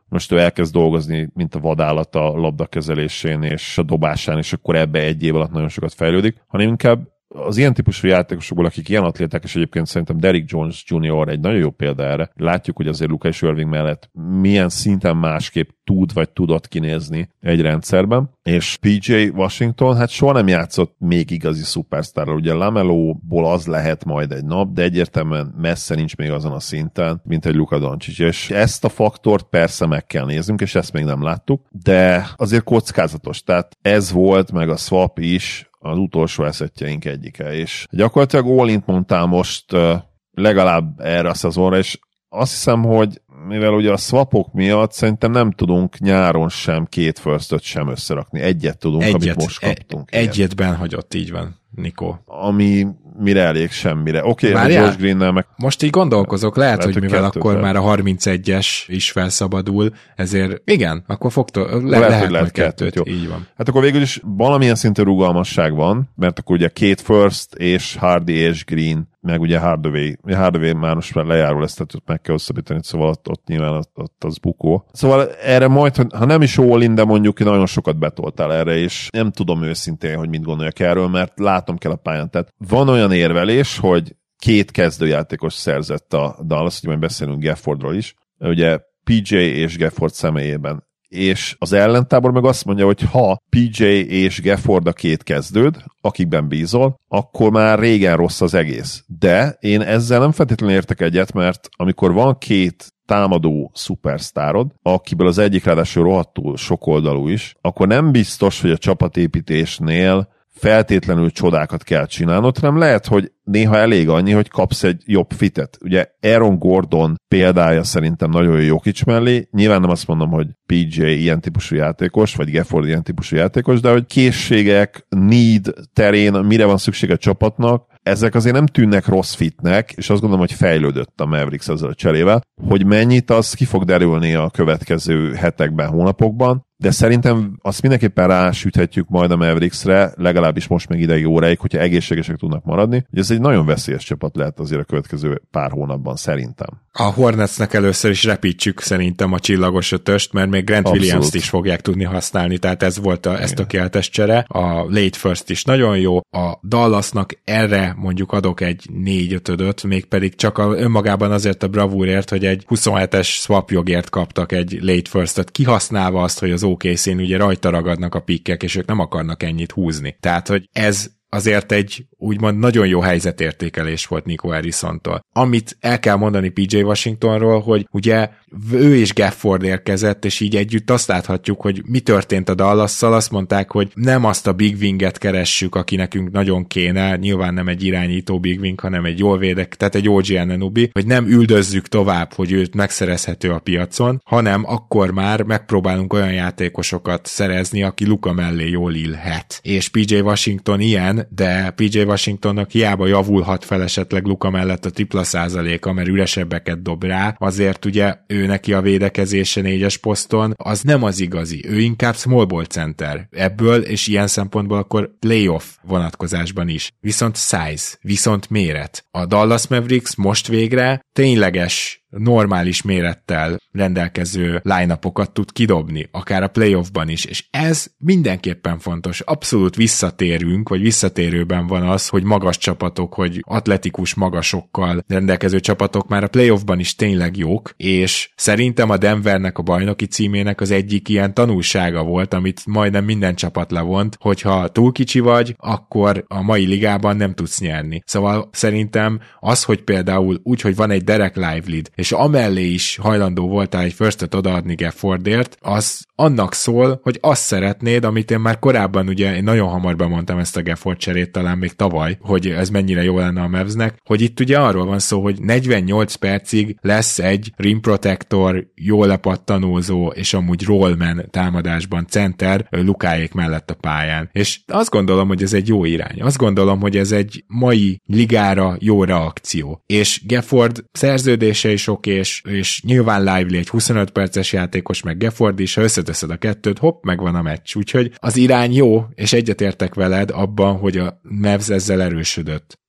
most ő elkezd dolgozni, mint a vadállat a labdakezelésén és a dobásán, és akkor ebbe egy év alatt nagyon sokat fejlődik, hanem inkább az ilyen típusú játékosokból, akik ilyen atléták, és egyébként szerintem Derrick Jones Jr. egy nagyon jó példa erre. Látjuk, hogy azért Luka és Irving mellett milyen szinten másképp tud vagy tudott kinézni egy rendszerben, és PJ Washington hát soha nem játszott még igazi szupersztárral. Ugye LaMeloból az lehet majd egy nap, de egyértelműen messze nincs még azon a szinten, mint egy Luka Doncic. És ezt a faktort persze meg kell néznünk, és ezt még nem láttuk, de azért kockázatos. Tehát ez volt, meg a swap is az utolsó eszettjeink egyike, és gyakorlatilag all-int mondtál most legalább erre a szezonra, és azt hiszem, hogy mivel ugye a swapok miatt szerintem nem tudunk nyáron sem 2 firstöt sem összerakni. Egyet tudunk, amit most kaptunk. Egyet benhagyott, így van, Nikó. Ami mire elég semmire. Oké, Josh Greennel meg... Most így gondolkozok, lehet hogy mivel akkor már a 31-es is felszabadul, ezért igen, akkor lehet majd 2-t, így van. Hát akkor végül is valamilyen szintű rugalmasság van, mert akkor ugye 2 first és Hardy és Green, meg ugye Hardaway már most már lejárul, ezt tehát meg kell hosszabbítani, szóval ott nyilván ott az bukó. Szóval erre majd, ha nem is all-in, de mondjuk nagyon sokat betoltál erre, és nem tudom őszintén, hogy mit gondoljak erről, mert látom kell a pályán. Tehát van olyan érvelés, hogy 2 kezdőjátékos szerzett a Dallas, hogy majd beszélünk Gaffordról is, ugye PJ és Gafford személyében. És az ellentábor meg azt mondja, hogy ha PJ és Gafford a 2 kezdőd, akikben bízol, akkor már régen rossz az egész. De én ezzel nem feltétlenül értek egyet, mert amikor van 2 támadó szupersztárod, akiből az egyik ráadásul rohadtul sokoldalú is, akkor nem biztos, hogy a csapatépítésnél feltétlenül csodákat kell csinálnod, hanem lehet, hogy néha elég annyi, hogy kapsz egy jobb fitet. Ugye Aaron Gordon példája szerintem nagyon jó Jokic mellé. Nyilván nem azt mondom, hogy PJ ilyen típusú játékos, vagy Gafford ilyen típusú játékos, de hogy készségek, need terén, mire van szüksége a csapatnak, ezek azért nem tűnnek rossz fitnek, és azt gondolom, hogy fejlődött a Mavericks ezzel a cserével. Hogy mennyit, az ki fog derülni a következő hetekben, hónapokban, de szerintem azt mindenképpen rásüthetjük majd a Mavericksre, legalábbis most még ideig óráig, hogyha egészségesek tudnak maradni, hogy ez egy nagyon veszélyes csapat lehet azért a következő pár hónapban szerintem. A Hornetsnek először is repítsük szerintem a csillagos ötöst, mert még Grant Williams-t is fogják tudni használni, tehát ez volt ez tökéletes csere. A late first is nagyon jó, a Dallasnak erre mondjuk adok egy 4-5-öt, mégpedig csak önmagában azért a bravúrért, hogy egy 27-es swap jogért kaptak egy late first-öt, kihasználva azt, hogy az OKC-n ugye rajta ragadnak a pikkek, és ők nem akarnak ennyit húzni. Tehát, hogy ez azért egy úgymond nagyon jó helyzetértékelés volt Nico Harrisontól. Amit el kell mondani PJ Washingtonról, hogy ugye ő is Gafford érkezett, és így együtt azt láthatjuk, hogy mi történt a Dallasszal. Azt mondták, hogy nem azt a big winget keressük, aki nekünk nagyon kéne, nyilván nem egy irányító big wing, hanem egy jól védek, tehát egy OG Anunoby, hogy nem üldözzük tovább, hogy őt megszerezhető a piacon, hanem akkor már megpróbálunk olyan játékosokat szerezni, aki Luka mellé jól illhet. És PJ Washington ilyen, de PJ Washingtonnak hiába javulhat fel esetleg Luka mellett a tripla százaléka, mert üresebbeket dob rá, azért ugye ő neki a védekezése 4-es poszton, az nem az igazi, ő inkább small ball center ebből, és ilyen szempontból akkor playoff vonatkozásban is. Viszont size, viszont méret. A Dallas Mavericks most végre tényleges normális mérettel rendelkező line-upokat tud kidobni, akár a playoffban is, és ez mindenképpen fontos. Abszolút visszatérünk, vagy visszatérőben van az, hogy magas csapatok, hogy atletikus magasokkal rendelkező csapatok már a playoffban is tényleg jók, és szerintem a Denvernek a bajnoki címének az egyik ilyen tanulsága volt, amit majdnem minden csapat levont, hogyha túl kicsi vagy, akkor a mai ligában nem tudsz nyerni. Szóval szerintem az, hogy például úgy, hogy van egy Derek Lively-d, és amellé is hajlandó voltál egy firstet odaadni Gaffordért, az annak szól, hogy azt szeretnéd, amit én már korábban ugye, én nagyon hamar bemondtam ezt a Gafford cserét, talán még tavaly, hogy ez mennyire jó lenne a Mavsnek, hogy itt ugye arról van szó, hogy 48 percig lesz egy rim protector, jól lepattanózó, és amúgy rollman támadásban center Lukáék mellett a pályán. És azt gondolom, hogy ez egy jó irány. Azt gondolom, hogy ez egy mai ligára jó reakció. És Gafford szerződése is oké, és nyilván Lively egy 25 perces játékos, meg Gafford is, ha összeteszed a kettőt, hopp, megvan a meccs. Úgyhogy az irány jó, és egyetértek veled abban, hogy a Mavs ezzel erősödött.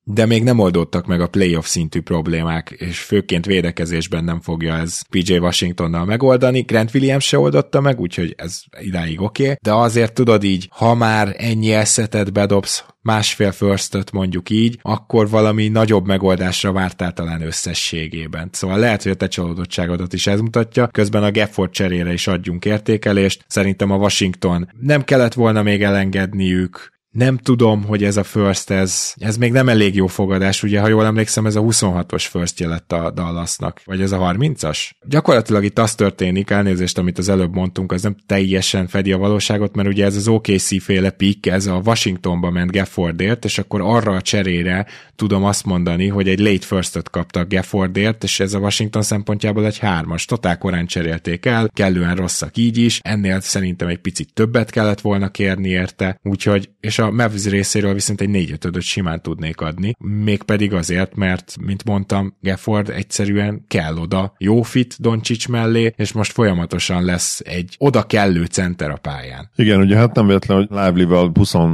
de még nem oldódtak meg a playoff szintű problémák, és főként védekezésben nem fogja ez PJ Washingtonnal megoldani. Grant Williams se oldotta meg, úgyhogy ez idáig oké. De azért tudod így, ha már ennyi eszetet bedobsz, másfél firstöt mondjuk így, akkor valami nagyobb megoldásra vártál talán összességében. Szóval lehet, hogy a te csalódottságodat is ez mutatja, közben a Gafford cserére is adjunk értékelést. Szerintem a Washington nem kellett volna még elengedniük. Nem tudom, hogy ez a first, ez még nem elég jó fogadás, ugye, ha jól emlékszem, ez a 26-os first lett a Dallasnak, vagy ez a 30-as? Gyakorlatilag itt az történik, elnézést, amit az előbb mondtunk, az nem teljesen fedi a valóságot, mert ugye ez az OKC féle pick, ez a Washingtonba ment Gaffordért, és akkor arra a cserére tudom azt mondani, hogy egy late firstot kaptak Gaffordért, és ez a Washington szempontjából egy 3-as, totál korán cserélték el, kellően rosszak így is, ennél szerintem egy picit többet kellett volna kérni érte, úgyhogy, és a Mavs részéről viszont egy 4-5-öt simán tudnék adni, mégpedig azért, mert, mint mondtam, Gafford egyszerűen kell oda, jó fit Doncic mellé, és most folyamatosan lesz egy oda kellő center a pályán. Igen, ugye hát nem véletlen, hogy Lively-val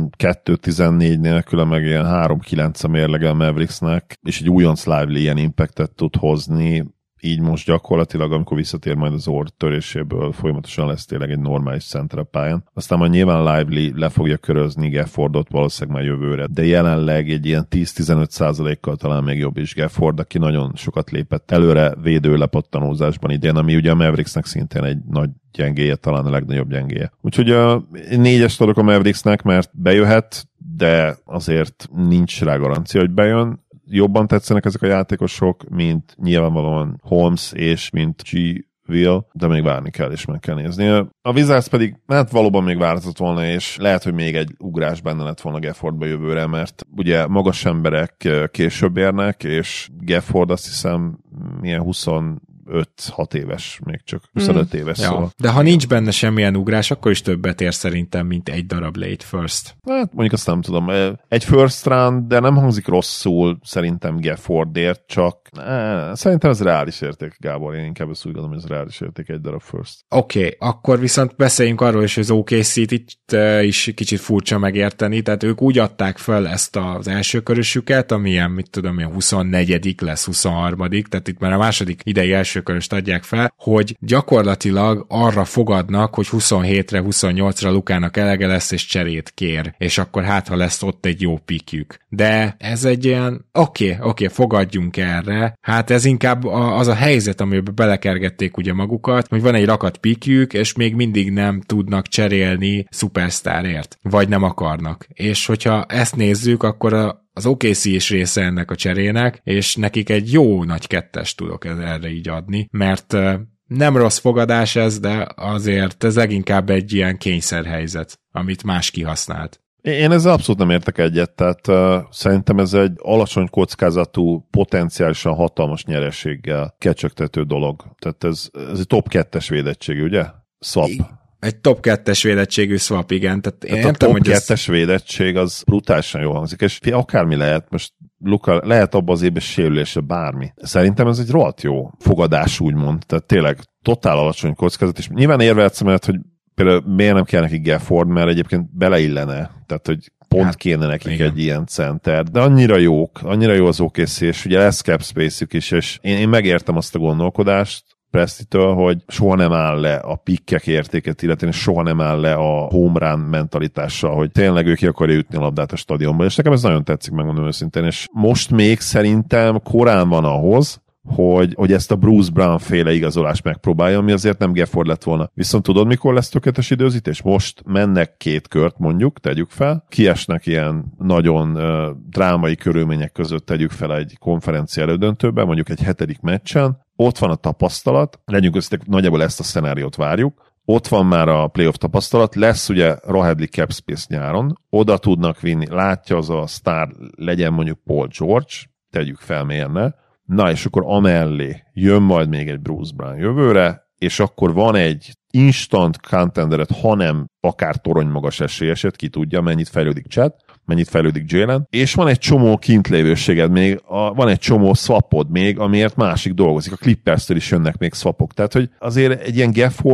22-14 nélkül, meg ilyen 3-9 a mérlege a Mavericksnek, és egy újonc Lively ilyen impactet tud hozni, így most gyakorlatilag, amikor visszatér majd az orr töréséből, folyamatosan lesz tényleg egy normális center a pályán. Aztán majd nyilván Lively le fogja körözni Gaffordot valószínűleg már jövőre, de jelenleg egy ilyen 10-15%-kal talán még jobb is Gafford, aki nagyon sokat lépett előre védő lepattanózásban idén, ami ugye a Mavericksnek szintén egy nagy gyengéje, talán a legnagyobb gyengéje. Úgyhogy a 4-est adok a Mavericksnek, mert bejöhet, de azért nincs rá garancia, hogy bejön. Jobban tetszenek ezek a játékosok, mint nyilvánvalóan Holmes és mint G. Will, de még várni kell, és meg kell nézni. A Wizards pedig hát valóban még várhatott volna, és lehet, hogy még egy ugrás benne lett volna Gaffordba jövőre, mert ugye magas emberek később érnek, és Gafford azt hiszem milyen 5-6 éves, még csak 25 éves. Ja. Szóval. De ha nincs benne semmilyen ugrás, akkor is többet ér szerintem, mint egy darab late first. Hát mondjuk azt nem tudom. Egy first round, de nem hangzik rosszul szerintem Gaffordért, csak szerintem ez reális érték, Gábor. Én inkább ezt úgy gondolom, hogy ez reális érték egy darab first. Oké, akkor viszont beszéljünk arról is, hogy az OKC-t itt is kicsit furcsa megérteni, tehát ők úgy adták fel ezt az első körösüket, amilyen, mit tudom, 24. lesz 23. Tehát itt már a második idei első köröst adják fel, hogy gyakorlatilag arra fogadnak, hogy 27-re, 28-ra Lukának elege lesz, és cserét kér, és akkor hát, ha lesz ott egy jó pikjük. De ez egy ilyen, oké, fogadjunk erre, hát ez inkább az a helyzet, amiben belekergették ugye magukat, hogy van egy rakat pikjük, és még mindig nem tudnak cserélni szupersztárért, vagy nem akarnak. És hogyha ezt nézzük, akkor az OKC is része ennek a cserének, és nekik egy jó nagy 2-est tudok erre így adni, mert nem rossz fogadás ez, de azért ez leginkább egy ilyen kényszerhelyzet, amit más kihasznált. Én ezzel abszolút nem értek egyet, tehát szerintem ez egy alacsony kockázatú, potenciálisan hatalmas nyereséggel kecsögtető dolog. Tehát ez egy top 2-es védettségű, ugye? Swap. Egy top 2-es védettségű swap, igen. Tehát a top 2-es védettség az brutálisan jól hangzik, és akármi lehet, most Luka, lehet abban az évben sérülése bármi. Szerintem ez egy rohadt jó fogadás, úgymond. Tehát tényleg totál alacsony kockázat, és nyilván érvehetsz, mert hogy például miért nem kell nekik Gafford, mert egyébként beleillene. Tehát, hogy pont kéne nekik igen. Egy ilyen center, de annyira jó az OKC, és ugye lesz cap space-ük is, és én megértem azt a gondolkodást Prestitől, hogy soha nem áll le a pikkek értéket, illetve soha nem áll le a home run mentalitással, hogy tényleg ő ki akarja ütni a labdát a stadionban, és nekem ez nagyon tetszik, megmondom őszintén, és most még szerintem korán van ahhoz, hogy ezt a Bruce Brown féle igazolást megpróbálja, ami azért nem Gafford lett volna. Viszont tudod, mikor lesz tökéletes időzítés? Most mennek 2 kört, mondjuk, tegyük fel, kiesnek ilyen nagyon drámai körülmények között, tegyük fel egy konferencia elődöntőben, mondjuk egy 7. meccsen, ott van a tapasztalat, legyünk összetek, nagyjából ezt a szenáriót várjuk, ott van már a playoff tapasztalat, lesz ugye rohadli cap space nyáron, oda tudnak vinni, látja az a sztár, legyen mondjuk Paul George, tegyük fel mérne, na és akkor amellé jön majd még egy Bruce Brown jövőre, és akkor van egy instant contenderet, hanem akár toronymagas esélyeset, ki tudja, mennyit fejlődik Chet, mennyit fejlődik Jalen, és van egy csomó kintlévőséged még, van egy csomó swapod még, amiért másik dolgozik. A Clippers-től is jönnek még swapok. Tehát, hogy azért egy ilyen Gafford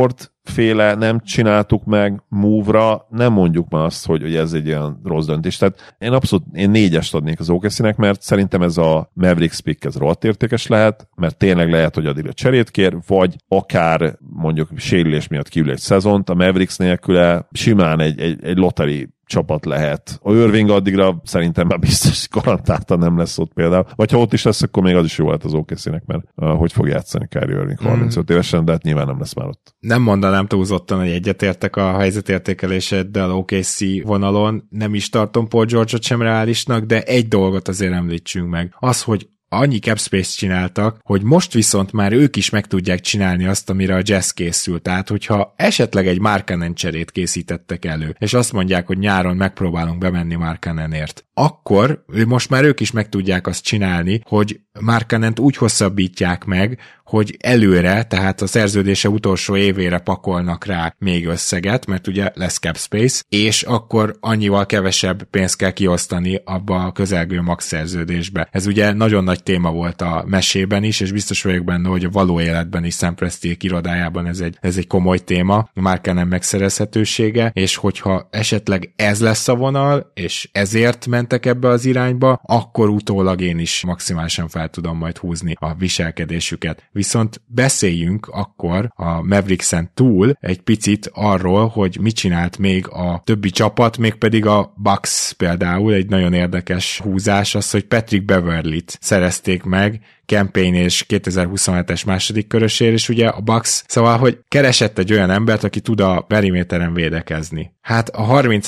féle nem csináltuk meg move-ra, nem mondjuk már azt, hogy ez egy olyan rossz döntés. Tehát én 4-est adnék az OKC-nek, mert szerintem ez a Mavericks pick ez rohadt értékes lehet, mert tényleg lehet, hogy addigra cserét kér, vagy akár mondjuk sérülés miatt kiül egy szezont, a Mavericks nélküle simán egy lottery csapat lehet. A Irving addigra szerintem már biztos garantáltan nem lesz ott például. Vagy ha ott is lesz, akkor még az is jó lehet az OKC-nek, mert hogy fog játszani Kyrie Irving 35 évesen, de hát nyilván nem lesz már ott. Nem mondanám túlzottan, hogy egyetértek a helyzetértékeléseddel OKC vonalon. Nem is tartom Paul George-ot sem reálisnak, de egy dolgot azért említsünk meg. Az, hogy annyi cap space csináltak, hogy most viszont már ők is meg tudják csinálni azt, amire a Jazz készült. Tehát, hogyha esetleg egy Markkanen cserét készítettek elő, és azt mondják, hogy nyáron megpróbálunk bemenni Markkanenért, akkor most már ők is meg tudják azt csinálni, hogy Markkanent úgy hosszabbítják meg, hogy előre, tehát a szerződése utolsó évére pakolnak rá még összeget, mert ugye lesz cap space, és akkor annyival kevesebb pénzt kell kiosztani abba a közelgő max szerződésbe. Ez ugye nagyon nagy téma volt a mesében is, és biztos vagyok benne, hogy a való életben is Sam Presti irodájában ez egy komoly téma, a Markkanen megszerezhetősége, és hogyha esetleg ez lesz a vonal, és ezért mentek ebbe az irányba, akkor utólag én is maximálisan fel tudom majd húzni a viselkedésüket. Viszont beszéljünk akkor a Mavericksen túl egy picit arról, hogy mit csinált még a többi csapat, mégpedig a Bucks például egy nagyon érdekes húzás az, hogy Patrick Beverlyt szerezték meg campaign és 2027-es második körösért, és ugye a Bucks, szóval, hogy keresett egy olyan embert, aki tud a periméteren védekezni. Hát a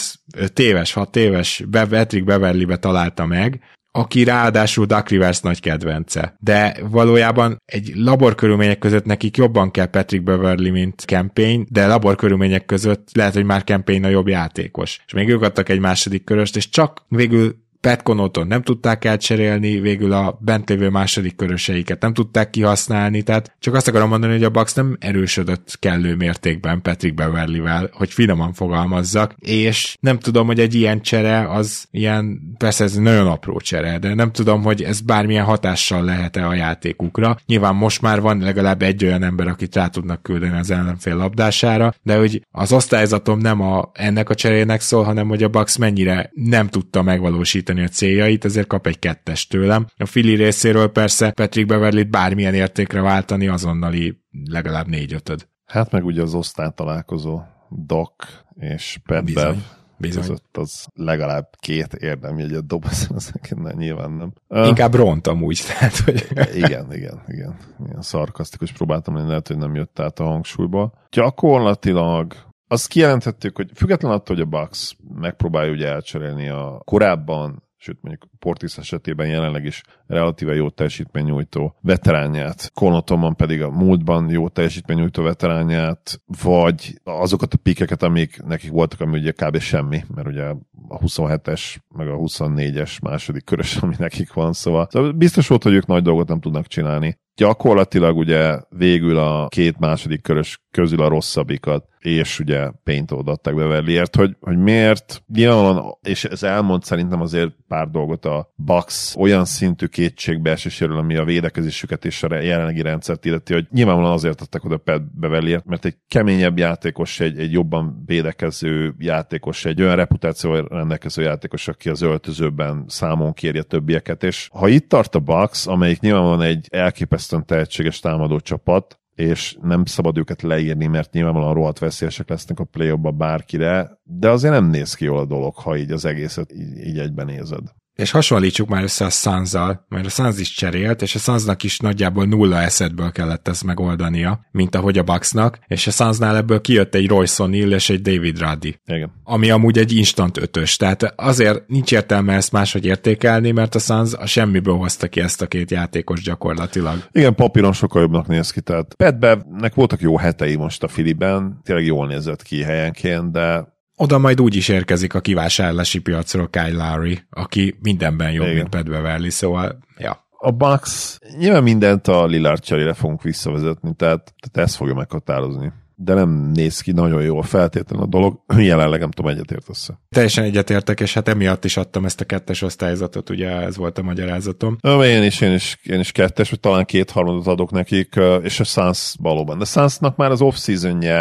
35 éves, 6 éves Patrick Beverlybe találta meg, aki ráadásul Doc Rivers nagy kedvence. De valójában egy laborkörülmények között nekik jobban kell Patrick Beverly, mint Campaign, de laborkörülmények között lehet, hogy már Campaign a jobb játékos. És még ők adtak egy második köröst, és csak végül Pat Connaughton nem tudták elcserélni, végül a bent lévő második köröseiket nem tudták kihasználni, tehát csak azt akarom mondani, hogy a Bucks nem erősödött kellő mértékben Patrick Beverlyvel, hogy finoman fogalmazzak, és nem tudom, hogy egy ilyen csere az ilyen, persze ez nagyon apró csere, de nem tudom, hogy ez bármilyen hatással lehet-e a játékukra. Nyilván most már van legalább egy olyan ember, akit rá tudnak küldeni az ellenfél labdására, de hogy az osztályzatom nem ennek a cserének szól, hanem hogy a Bucks mennyire nem tudta megvalósítani a céljait, ezért kap egy 2-est tőlem. A Philly részéről persze Patrick Beverlyt bármilyen értékre váltani azonnali legalább 4-5. Hát meg ugye az osztálytalálkozó Doc és Pat Bev között az legalább 2 érdemjegyet dob, nyilván nem. Inkább ront amúgy, tehát, hogy... igen. Ilyen szarkasztikus próbáltam lenni, lehet, hogy nem jött át a hangsúlyba. Gyakorlatilag azt kijelentettük, hogy független attól, hogy a Bucks megpróbálja ugye elcserélni a korábban, sőt mondjuk Portis esetében jelenleg is relatíve jó teljesítménynyújtó veteránját, Connaughtonban pedig a múltban jó teljesítménynyújtó veteránját, vagy azokat a pikeket, amik nekik voltak, ami ugye kb. Semmi, mert ugye a 27-es, meg a 24-es második körös, ami nekik van, szóval biztos volt, hogy ők nagy dolgot nem tudnak csinálni. Gyakorlatilag ugye végül a 2 második körös közül a rosszabbikat, és ugye Payne-t adták Beverlyért, hogy miért nyilvánvalóan, és ez elmond szerintem azért pár dolgot a Bucks olyan szintű kétségbeeséséről, ami a védekezésüket és a jelenlegi rendszert illeti, hogy nyilvánvalóan azért adták oda Pat Beverlyért, mert egy keményebb játékos, egy jobban védekező játékos, egy olyan reputációval rendelkező játékos, aki az öltözőben számon kérje többieket, és ha itt tart a Bucks, amelyik nyilvánvalóan egy elképesztően tehetséges támadó csapat, és nem szabad őket leírni, mert nyilvánvalóan rohadt veszélyesek lesznek a play-offba bárkire, de azért nem néz ki jól a dolog, ha így az egészet így egyben nézed. És hasonlítsuk már össze a Suns-zal, mert a Suns is cserélt, és a Sunsnak is nagyjából 0 assetből kellett ezt megoldania, mint ahogy a Bucksnak, és a Sunsnál ebből kijött egy Royce O'Neal és egy David Roddy. Igen. Ami amúgy egy instant 5-ös, tehát azért nincs értelme ezt máshogy értékelni, mert a Suns a semmiből hozta ki ezt a 2 játékos gyakorlatilag. Igen, papíron sokkal jobbnak néz ki, tehát Pat Bevnek voltak jó hetei most a Phillyben, tényleg jól nézett ki helyenként, de oda majd úgy is érkezik a kivásárlási piacról Kyle Lowry, aki mindenben jobb, igen, mint Pat Beverly, szóval, ja. A Bucks nyilván mindent a Lillard cserére fogunk visszavezetni, tehát ezt fogja meghatározni. De nem néz ki nagyon jól feltétlenül a dolog, jelenleg nem tudom, egyetért össze. Teljesen egyetértek, és hát emiatt is adtam ezt a 2-es osztályzatot, ugye ez volt a magyarázatom. Én is 2-es, vagy talán 2/3 adok nekik, és a Suns valóban. De Sunsnak már az off-seasonje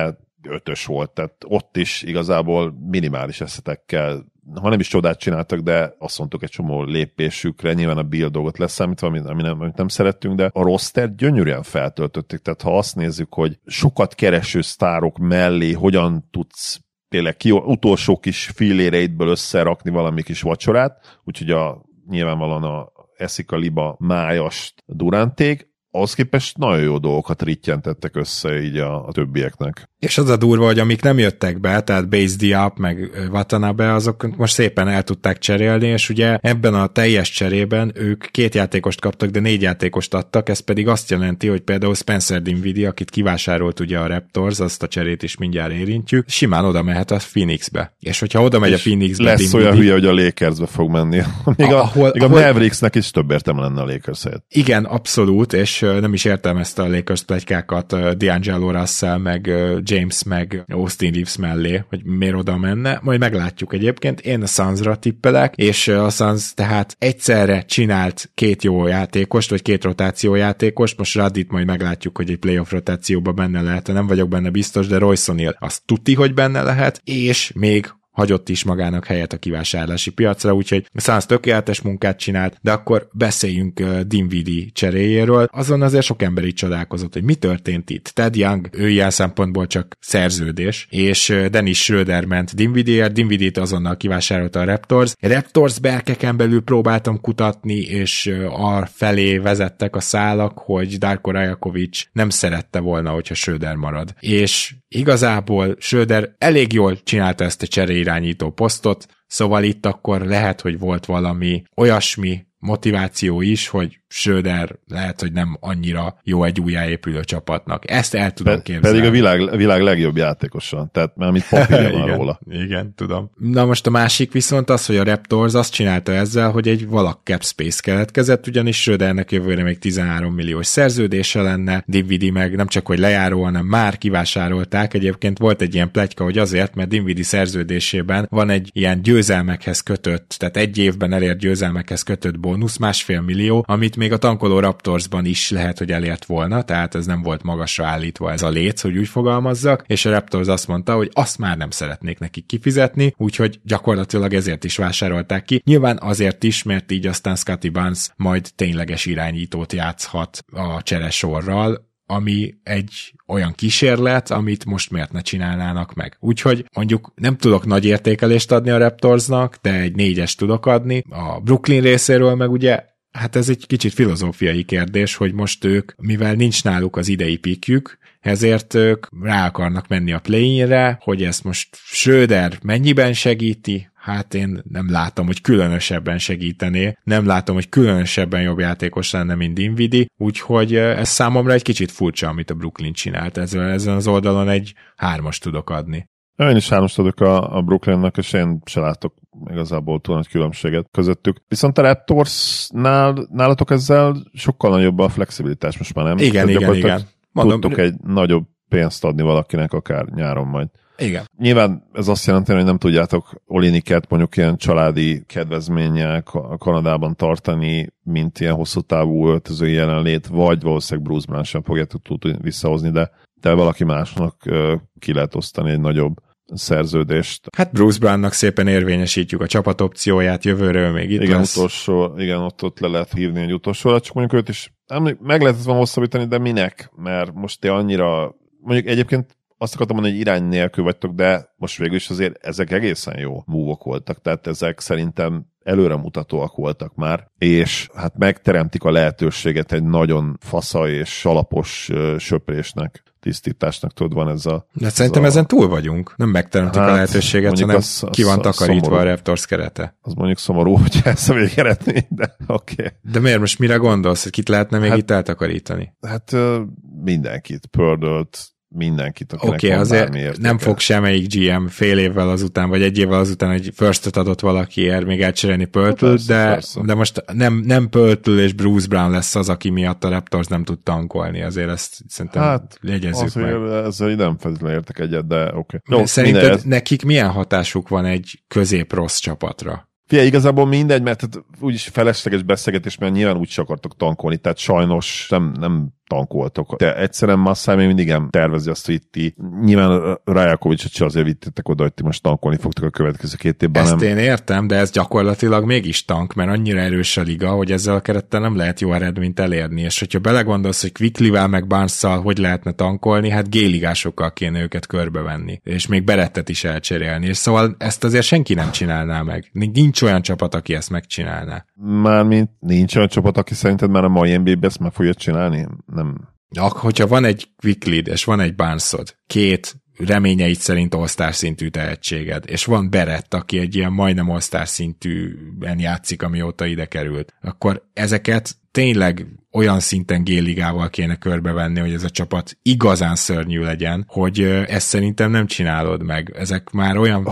5-ös volt, tehát ott is igazából minimális eszetekkel, ha nem is csodát csináltak, de azt mondtuk egy csomó lépésükre, nyilván a build dolgot leszámítva, amit nem szerettünk, de a roster gyönyörűen feltöltötték, tehát ha azt nézzük, hogy sokat kereső sztárok mellé hogyan tudsz tényleg utolsó kis filléreidből összerakni valami kis vacsorát, úgyhogy nyilvánvalóan eszik a liba májast Duranték, ahhoz képest nagyon jó dolgokat rittyentettek össze így a többieknek. És az a durva, hogy amik nem jöttek be, tehát Base Diop meg Watanabe, azok most szépen el tudták cserélni, és ugye ebben a teljes cserében ők 2 játékost kaptak, de 4 játékost adtak, ez pedig azt jelenti, hogy például Spencer Dinwiddie, akit kivásárolt ugye a Raptors, azt a cserét is mindjárt érintjük, simán oda mehet a Phoenixbe. És hogyha oda megy a Phoenixbe, lesz Dinwiddie, olyan hülye, hogy a Lakersbe fog menni. Még a Mavericksnek is több értelme lenne a Lakers helyett. Igen, abszolút, és nem is értelmezte a Lakers pletykákat D'Angelo Russell, meg James, meg Austin Reeves mellé, hogy miért oda menne, majd meglátjuk egyébként. Én a Sunsra tippelek, és a Suns tehát egyszerre csinált 2 jó játékost, vagy 2 rotációjátékost, most Radit majd meglátjuk, hogy egy playoff rotációba benne lehet, nem vagyok benne biztos, de Royce O'Neal azt tuti, hogy benne lehet, és még hagyott is magának helyet a kivásárlási piacra, úgyhogy a Suns tökéletes munkát csinált, de akkor beszéljünk Dinwiddie cseréjéről. Azon azért sok ember így csodálkozott, hogy mi történt itt. Ted Young, ő ilyen szempontból csak szerződés, és Dennis Schröder ment Dinwiddie-t azonnal kivásárolta a Raptors berkeken belül próbáltam kutatni, és felé vezettek a szálak, hogy Darko Rajakovic nem szerette volna, hogyha Schröder marad. És igazából Schröder elég jól csinálta ezt a cseréirányító posztot, szóval itt akkor lehet, hogy volt valami olyasmi motiváció is, hogy Schröder lehet, hogy nem annyira jó egy újjáépülő csapatnak. Ezt el tudom képzelni. Pedig a világ legjobb játékosa, tehát már mit papírja van róla. Igen, tudom. Na most a másik viszont az, hogy a Raptors azt csinálta ezzel, hogy egy valak cap space keletkezett, ugyanis Schrödernek jövőre még 13 milliós szerződése lenne, Dinwiddie meg nem csak hogy lejáró, hanem már kivásárolták. Egyébként volt egy ilyen pletyka, hogy azért, mert Dinwiddie szerződésében van egy ilyen győzelmekhez kötött, tehát egy évben elért győzelmekhez kötött bónusz, 1,5 millió, amit még a tankoló Raptorsban is lehet, hogy elért volna, tehát ez nem volt magasra állítva ez a léc, hogy úgy fogalmazzak, és a Raptors azt mondta, hogy azt már nem szeretnék nekik kifizetni, úgyhogy gyakorlatilag ezért is vásárolták ki. Nyilván azért is, mert így aztán Scottie Barnes majd tényleges irányítót játszhat a cseresorral, ami egy olyan kísérlet, amit most miért ne csinálnának meg. Úgyhogy mondjuk nem tudok nagy értékelést adni a Raptorsnak, de egy 4-es tudok adni. A Brooklyn részéről meg ugye, hát ez egy kicsit filozófiai kérdés, hogy most ők, mivel nincs náluk az idei pikjük, ezért ők rá akarnak menni a play-inre, hogy ezt most Schröder mennyiben segíti, hát én nem látom, hogy különösebben segítené, nem látom, hogy különösebben jobb játékos lenne, mint Dinwiddie, úgyhogy ez számomra egy kicsit furcsa, amit a Brooklyn csinált. Ezen az oldalon egy 3-as tudok adni. Én is 3-as adok a Brooklynnak, és én se látok igazából túl nagy különbséget közöttük. Viszont a Raptorsnál nálatok ezzel sokkal nagyobb a flexibilitás most már, nem? Igen. Tudtok egy nagyobb pénzt adni valakinek akár nyáron majd. Igen. Nyilván ez azt jelenti, hogy nem tudjátok Oliniket mondjuk ilyen családi kedvezménnyel Kanadában tartani, mint ilyen hosszú távú öltözői jelenlét, vagy valószínűleg Bruce Brown sem fogjátok tudni visszahozni, de valaki másnak ki lehet osztani egy nagyobb szerződést. Hát Bruce Brownnak szépen érvényesítjük a csapatopcióját, jövőről még itt lesz. Ott le lehet hívni egy utolsóra, csak mondjuk őt is meg lehetett volna hosszabbítani, de minek? Mert most te annyira, mondjuk egyébként azt akartam mondani, hogy irány nélkül vagytok, de most végül is azért ezek egészen jó move-ok voltak, tehát ezek szerintem előremutatóak voltak már, és hát megteremtik a lehetőséget egy nagyon fasza és alapos söprésnek, tisztításnak, tudod, van ez a... De szerintem ezen túl vagyunk. Nem megteremtik a lehetőséget, hanem ki van takarítva szomorú. A Raptors kerete. Az mondjuk szomorú, hogy ezt a végeredmény, de oké. Okay. De miért most mire gondolsz, hogy kit lehetne még itt eltakarítani? Hát mindenkit, Pördölt, mindenkit, akinek van azért értéke. Nem fog semmelyik GM fél évvel azután, vagy egy évvel azután egy firstot adott valakiért még elcserélni Pöltült, de most nem Pöltül és Bruce Brown lesz az, aki miatt a Raptors nem tud tankolni, azért ezt szerintem jegyezzük meg. Ezzel nem feltétlenül értek egyet, de oké. Okay. Szerinted nekik milyen hatásuk van egy közép-rossz csapatra? Figyelj, igazából mindegy, mert úgyis felesleges beszélgetés, mert nyilván úgy se akartok tankolni, tehát sajnos nem tankoltok. De egyszerűen Massai még mindig nem tervezi azt, hogy itt nyilván Rajakovicsot se azért vittétek oda, hogy ti most tankolni fogtok a következő 2 évben. Ezt én értem, de ez gyakorlatilag mégis tank, mert annyira erős a liga, hogy ezzel a kerettel nem lehet jó eredményt elérni, és hogyha belegondolsz, hogy Quicklyvel meg Barnes-szal hogy lehetne tankolni, hát G-ligásokkal kéne őket körbevenni, és még Berettet is elcserélni, és szóval ezt azért senki nem csinálná meg. Nincs olyan csapat, aki ezt megcsinálná. Mármint nincs olyan csapat, aki szerinted már a mai NBA-ben ezt meg fogja csinálni? Nem. Hogyha van egy Quicklyd, és van egy Barnesod, 2 reményeid szerint all-star szintű tehetséged, és van Berett, aki egy ilyen majdnem all-star szintűen játszik, amióta ide került, akkor ezeket tényleg olyan szinten G-ligával kéne körbevenni, hogy ez a csapat igazán szörnyű legyen, hogy ezt szerintem nem csinálod meg. Ezek már olyan...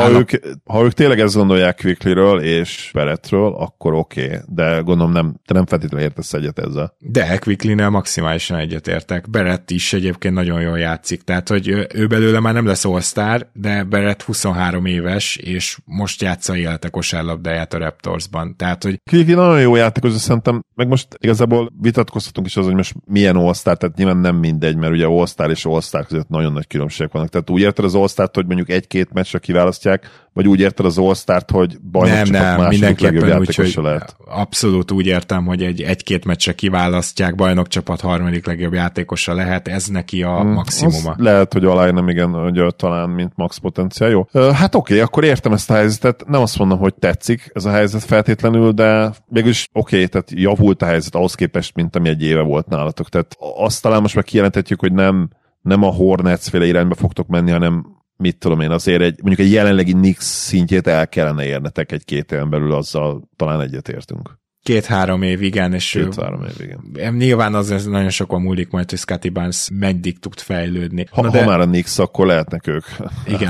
Ha ők tényleg ezt gondolják Quicklyről és Berettről, akkor oké, de gondolom te nem feltétlenül értesz egyet ezzel. De Quicklynél maximálisan egyetértek. Berett is egyébként nagyon jól játszik, tehát hogy ő belőle már nem lesz all-star, de Berett 23 éves, és most játsza élete kosárlabdáját a Raptorsban. Tehát, hogy... Quickly nagyon jó játékos, de szerintem, meg most igazából vitatkozhatunk is az, hogy most milyen all-star, tehát nyilván nem mindegy, mert ugye all-star és all-star között nagyon nagy különbségek vannak. Tehát úgy érted az all-start, hogy mondjuk 1-2 meccsre kiválasztják, vagy úgy érted az all-start, hogy bajnokcsapat második legjobb játékosa lehet? Abszolút úgy értem, hogy egy-két meccsre kiválasztják, bajnokcsapat harmadik legjobb játékosa lehet, ez neki a maximuma. Lehet, hogy aláírnám, igen, hogy talán mint max potenciál, jó. Hát oké, akkor értem ezt a helyzetet, nem azt mondom, hogy tetszik ez a helyzet feltétlenül, de mégis oké, tehát javult a helyzet ahhoz képest, mint ami egy éve volt nálatok. Tehát azt talán most már kijelentetjük, hogy nem a Hornets féle irányba fogtok menni, hanem mit tudom én, azért mondjuk egy jelenlegi Knicks szintjét el kellene érnetek 1-2 éven belül, azzal talán egyetértünk. 2-3 év, igen, és 2-3 év, igen. Nyilván az nagyon sokan múlik majd, hogy Scottie Barnes meddig tud fejlődni. Ha már a Knicks, akkor lehetnek ők. Igen.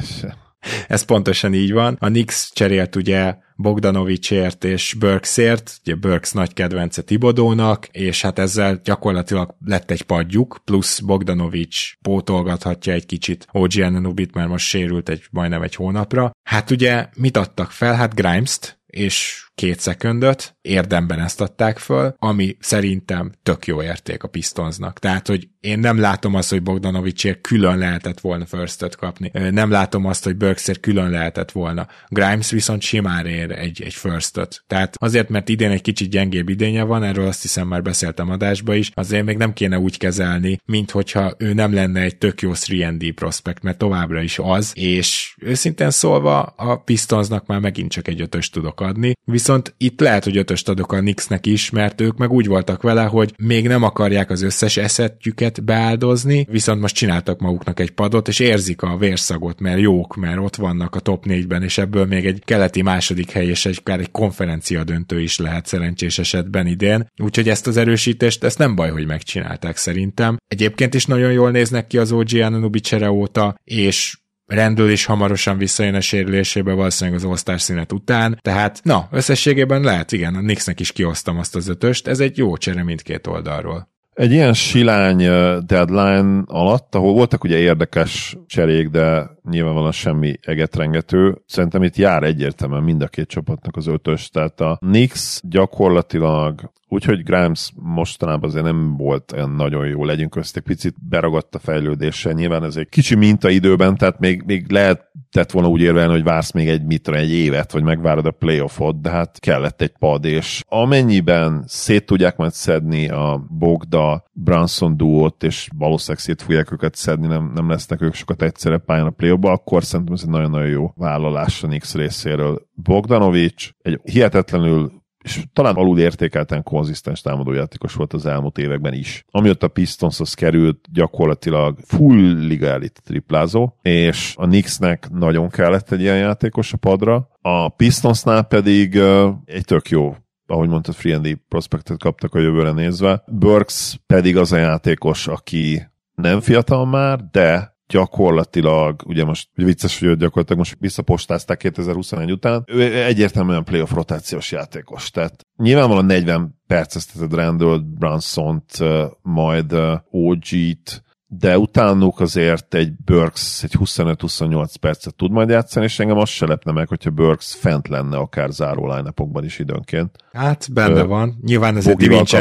Ez pontosan így van. A Knicks cserélt ugye Bogdanovicsért és Burksért, ugye Burks nagy kedvence Thibodeaunak, és hát ezzel gyakorlatilag lett egy padjuk, plusz Bogdanovics pótolgathatja egy kicsit OG Anunobyt, mert most sérült majdnem egy hónapra. Hát ugye mit adtak fel? Hát Grimes-t és 2 szekundöt, érdemben ezt adták föl, ami szerintem tök jó érték a Pistonsnak. Tehát, hogy én nem látom azt, hogy Bogdanovicsért külön lehetett volna first-öt kapni. Nem látom azt, hogy Burksért külön lehetett volna. Grimes viszont simán ér egy first-öt. Tehát azért, mert idén egy kicsit gyengébb idénye van, erről azt hiszem már beszéltem adásba is, azért még nem kéne úgy kezelni, mint hogyha ő nem lenne egy tök jó 3&D prospect, mert továbbra is az, és őszintén szólva a Pistonsnak már megint csak egy 5-ös tudok adni, viszont itt lehet, hogy 5-öst adok a Knicksnek is, mert ők meg úgy voltak vele, hogy még nem akarják az összes eszetjüket beáldozni, viszont most csináltak maguknak egy padot, és érzik a vérszagot, mert jók, mert ott vannak a top 4-ben, és ebből még egy keleti második hely, és egy konferencia döntő is lehet szerencsés esetben idén. Úgyhogy ezt az erősítést, ezt nem baj, hogy megcsinálták szerintem. Egyébként is nagyon jól néznek ki az OG Anunoby csere óta, és Randall is hamarosan visszajön a sérülésébe, valószínűleg az All-Star szünet után, tehát összességében lehet, igen, a Knicksnek is kihoztam azt az 5-öst, ez egy jó csere mindkét oldalról. Egy ilyen silány deadline alatt, ahol voltak ugye érdekes cserék, de nyilvánvalóan semmi egetrengető, szerintem itt jár egyértelműen mind a 2 csapatnak az 5-ös, tehát a Knicks gyakorlatilag úgyhogy Grimes mostanában azért nem volt olyan nagyon jó, legyünk közt, egy picit beragadt a fejlődéssel, nyilván ez egy kicsi minta időben, tehát még lehetett volna úgy érvelni, hogy vársz még egy évet, vagy megvárod a playoffot, de hát kellett egy pad, és amennyiben szét tudják majd szedni a Bogda Brunson duót, és valószínűleg szét fogják őket szedni, nem lesznek ők sokat egyszerre pályán a playoffba, akkor szerintem ez egy nagyon-nagyon jó vállalás a Knicks részéről. Bogdanovics egy hihetetlenül és talán alul értékelten konzisztens támadójátékos volt az elmúlt években is. Amióta a Pistonshoz került, gyakorlatilag full liga elit triplázó, és a Knicksnek nagyon kellett egy ilyen játékos a padra. A Pistonsnál pedig egy tök jó, ahogy mondtad, free-and-D prospektet kaptak a jövőre nézve. Burks pedig az a játékos, aki nem fiatal már, de gyakorlatilag, ugye most vicces, hogy gyakorlatilag most visszapostázták 2021 után, ő egyértelműen playoff rotációs játékos, tehát nyilvánvalóan 40 percezteted Randall, Brunsont, majd OG-t, de utánuk azért egy Burks egy 25-28 percet tud majd játszani, és engem azt se lepne meg, hogyha Burks fent lenne akár záró line-upokban is időnként. Hát benne van. Nyilván ez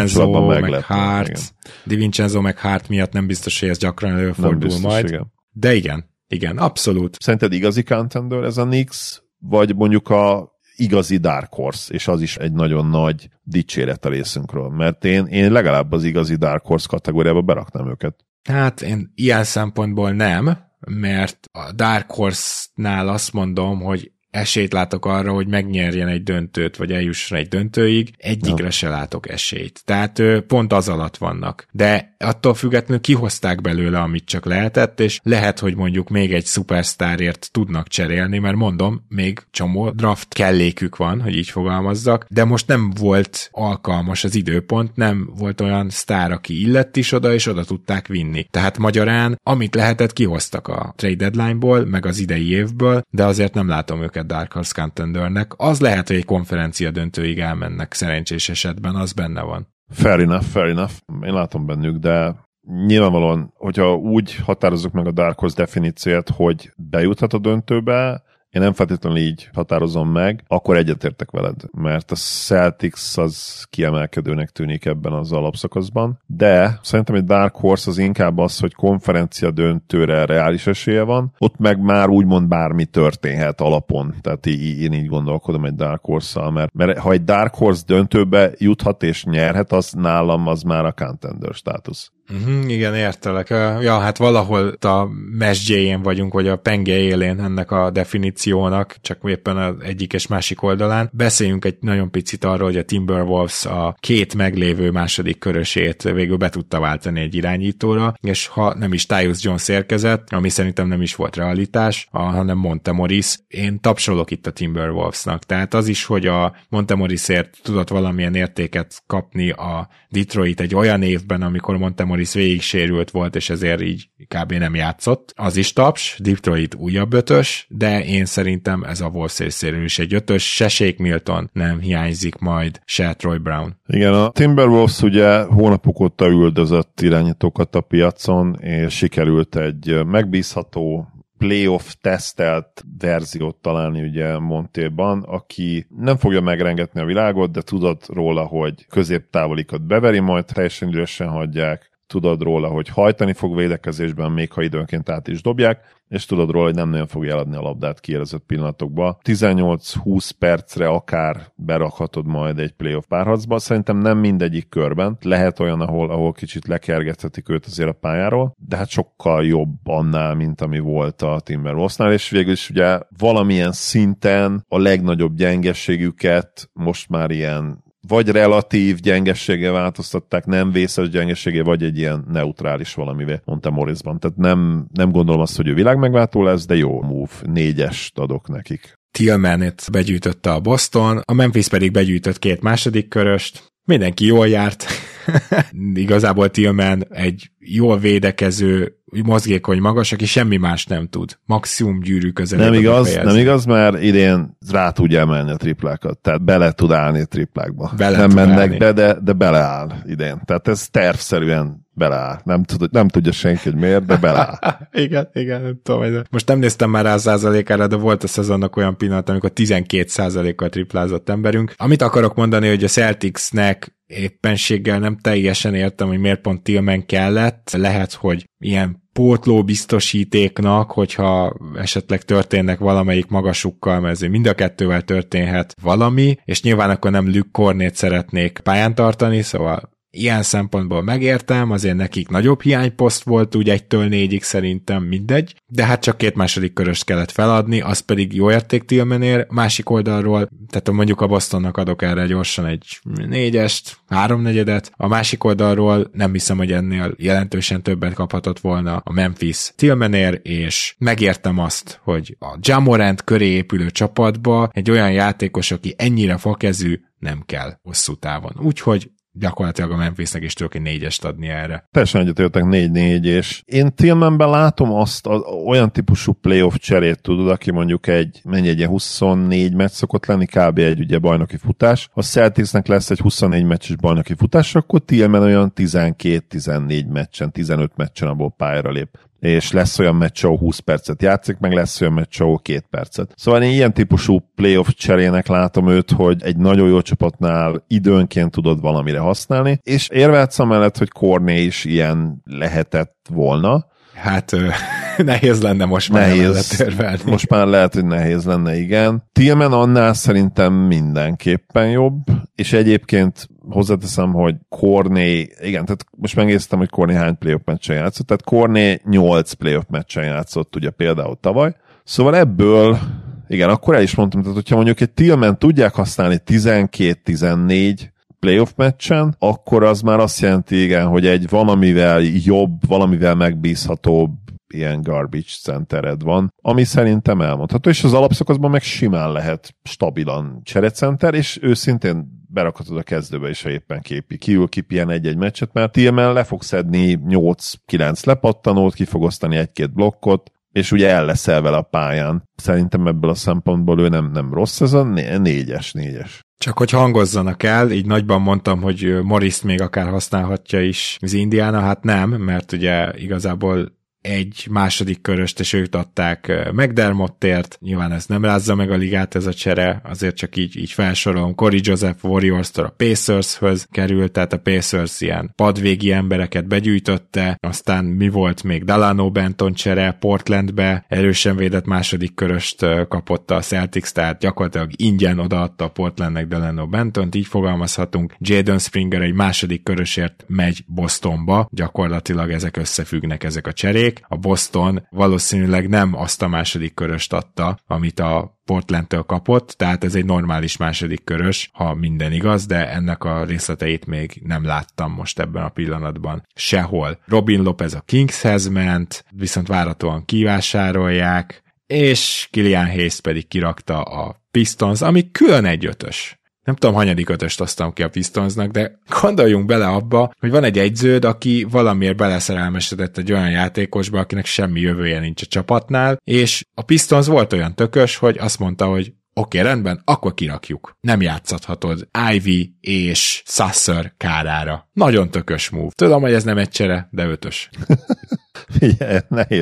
DiVincenzo meg Hart miatt nem biztos, hogy ez gyakran előfordul majd. De igen, abszolút. Szerinted igazi contender ez a Knicks, vagy mondjuk a igazi Dark Horse, és az is egy nagyon nagy dicséret a részünkről, mert én legalább az igazi Dark Horse kategóriába beraknám őket. Hát én ilyen szempontból nem, mert a Dark Horse-nál azt mondom, hogy esélyt látok arra, hogy megnyerjen egy döntőt, vagy eljusson egy döntőig, egyikre se látok esélyt. Tehát pont az alatt vannak. De attól függetlenül kihozták belőle, amit csak lehetett, és lehet, hogy mondjuk még egy szupersztárért tudnak cserélni, mert mondom, még csomó draft kellékük van, hogy így fogalmazzak, de most nem volt alkalmas az időpont, nem volt olyan sztár, aki illett is oda, és oda tudták vinni. Tehát magyarán, amit lehetett, kihoztak a trade deadline-ból, meg az idei évből, de azért nem látom őket Dark Horse contendernek. Az lehet, hogy egy konferencia döntőig elmennek szerencsés esetben, az benne van. Fair enough. Én látom bennük, de nyilvánvalóan, hogyha úgy határozzuk meg a Dark Horse definíciót, hogy bejuthat a döntőbe, én nem feltétlenül így határozom meg, akkor egyetértek veled, mert a Celtics az kiemelkedőnek tűnik ebben az alapszakaszban, de szerintem egy Dark Horse az inkább az, hogy konferencia döntőre reális esélye van, ott meg már úgymond bármi történhet alapon, tehát én így gondolkodom egy Dark Horse-szal, mert ha egy Dark Horse döntőbe juthat és nyerhet, az nálam az már a contender státusz. Igen, értelek. Ja, hát valahol a mesdjéjén vagyunk, vagy a penge élén ennek a definíciónak, csak éppen az egyik és másik oldalán. Beszéljünk egy nagyon picit arról, hogy a Timberwolves a két meglévő második körösét végül be tudta váltani egy irányítóra, és ha nem is Tyus Jones érkezett, ami szerintem nem is volt realitás, hanem Montemoris, én tapsolok itt a Timberwolvesnak. Tehát az is, hogy a Montemorisért tudott valamilyen értéket kapni a Detroit egy olyan évben, amikor Montemoris végig sérült volt, és ezért így kb. Nem játszott. Az is taps, Detroit újabb ötös, de én szerintem ez a Wolves részéről is egy ötös, se Shake Milton nem hiányzik majd, se Troy Brown. Igen, a Timberwolves ugye hónapok óta üldözött irányítókat a piacon, és sikerült egy megbízható playoff tesztelt verziót találni ugye Montéban, aki nem fogja megrengetni a világot, de tudod róla, hogy középtávolikat beveri, majd teljesen üresen hagyják, tudod róla, hogy hajtani fog védekezésben, még ha időnként át is dobják, és tudod róla, hogy nem nagyon fogja eladni a labdát kiérezett pillanatokba. 18-20 percre akár berakhatod majd egy playoff párharcba, szerintem nem mindegyik körben. Lehet olyan, ahol kicsit lekergethetik őt azért a pályáról, de hát sokkal jobb annál, mint ami volt a Timberwolvesnál, és végül is ugye valamilyen szinten a legnagyobb gyengességüket most már ilyen vagy relatív gyengességgel változtatták, nem vészes gyengességé, vagy egy ilyen neutrális valamivé, mondta Morrisban. Tehát nem gondolom azt, hogy ő világmegváltó lesz, de jó move. 4-est adok nekik. Tillmanet begyűjtötte a Boston, a Memphis pedig begyűjtött 2 második köröst. Mindenki jól járt. Igazából Tillman egy jól védekező, mozgékony magas, aki semmi más nem tud. Maximum gyűrű közelében. Nem igaz, mert idén rá tudja emelni a triplákat. Tehát bele tud állni a triplákba. Nem mennek be, de beleáll idén. Tehát ez tervszerűen beleáll. Nem tudja senki, hogy miért, de beleáll. igen, nem tudom. Most nem néztem már rá a százalékára, de volt a szezonnak olyan pillanat, amikor 12%-kal triplázott emberünk. Amit akarok mondani, hogy a Celticsnek éppenséggel nem teljesen értem, hogy miért pont Tillman kellett. Lehet, hogy ilyen pótló biztosítéknak, hogyha esetleg történnek valamelyik magasukkal, mert ezért mind a kettővel történhet valami, és nyilván akkor nem Luke Kornét szeretnék pályán tartani, szóval ilyen szempontból megértem, azért nekik nagyobb hiányposzt volt, úgy 1-től 4-ig szerintem mindegy, de hát csak 2 második köröst kellett feladni, az pedig jó érték Tillmanér, másik oldalról, tehát mondjuk a Bostonnak adok erre gyorsan egy 4-est, 3/4, a másik oldalról nem hiszem, hogy ennél jelentősen többet kaphatott volna a Memphis Tillmanér, és megértem azt, hogy a Ja Morant köré épülő csapatba egy olyan játékos, aki ennyire fakezű, nem kell hosszú távon. Úgyhogy gyakorlatilag a Memphisnek is tudok egy 4-est adni erre. Teljesen egyetértek 4-4, és én Tillmanben látom azt olyan típusú playoff cserét, tudod, aki mondjuk egy 24 meccs szokott lenni, kb. Egy ugye bajnoki futás. A Celticsnek lesz egy 24 meccses bajnoki futás, akkor Tillman olyan 12-14 meccsen, 15 meccsen abból pályára lép. És lesz olyan meccs, ahol 20 percet játszik, meg lesz olyan meccs, ahol 2 percet. Szóval én ilyen típusú playoff cserének látom őt, hogy egy nagyon jó csapatnál időnként tudod valamire használni, és érvelsz amellett, hogy Corné is ilyen lehetett volna. Hát nehéz lenne most már érvelni. Most már lehet, hogy nehéz lenne, igen. Tillman annál szerintem mindenképpen jobb, és egyébként hozzáteszem, hogy Corné, igen, tehát most megnéztem, hogy Corné hány playoff meccsen játszott, tehát Corné 8 playoff meccsen játszott, ugye például tavaly. Szóval ebből, igen, akkor el is mondtam, tehát hogyha mondjuk egy Tillman tudják használni 12-14 playoff meccsen, akkor az már azt jelenti, igen, hogy egy valamivel jobb, valamivel megbízhatóbb ilyen garbage centered van, ami szerintem elmondható, és az alapszakaszban meg simán lehet stabilan cserecenter, és őszintén berakhatod a kezdőbe is, ha éppen kipien egy-egy meccset, mert Tillman le fog szedni 8-9 lepattanót, ki fog osztani 1-2 blokkot, és ugye el leszel vele a pályán. Szerintem ebből a szempontból ő nem rossz, ez a 4-es. Csak hogy hangozzanak el, így nagyban mondtam, hogy Morris-t még akár használhatja is az Indiana, hát nem, mert ugye igazából egy második köröst, és ők adták McDermottért, nyilván ez nem rázza meg a ligát ez a csere, azért csak így felsorolom, Corey Joseph Warriors-től a Pacers-höz került, tehát a Pacers ilyen padvégi embereket begyűjtötte, aztán mi volt még Delano Benton csere Portlandbe, erősen védett második köröst kapott a Celtics, tehát gyakorlatilag ingyen odaadta a Portlandnek Delano Bentont, így fogalmazhatunk. Jaden Springer egy második körösért megy Bostonba, gyakorlatilag ezek összefüggnek, ezek a cserék. A Boston valószínűleg nem azt a második köröst adta, amit a Portlandtől kapott, tehát ez egy normális második körös, ha minden igaz, de ennek a részleteit még nem láttam most ebben a pillanatban sehol. Robin Lopez a Kingshez ment, viszont várhatóan kivásárolják, és Killian Hayes pedig kirakta a Pistons, ami külön egy 5-ös. Nem tudom, hanyadik 5-öst osztam ki a Pistonsnak, de gondoljunk bele abba, hogy van egy egyződ, aki valamiért beleszerelmesedett egy olyan játékosba, akinek semmi jövője nincs a csapatnál, és a Pistons volt olyan tökös, hogy azt mondta, hogy oké, rendben, akkor kirakjuk. Nem játszathatod Ivy és Sasser kárára. Nagyon tökös move. Tudom, hogy ez nem egy csere, de 5-ös. Figyelj,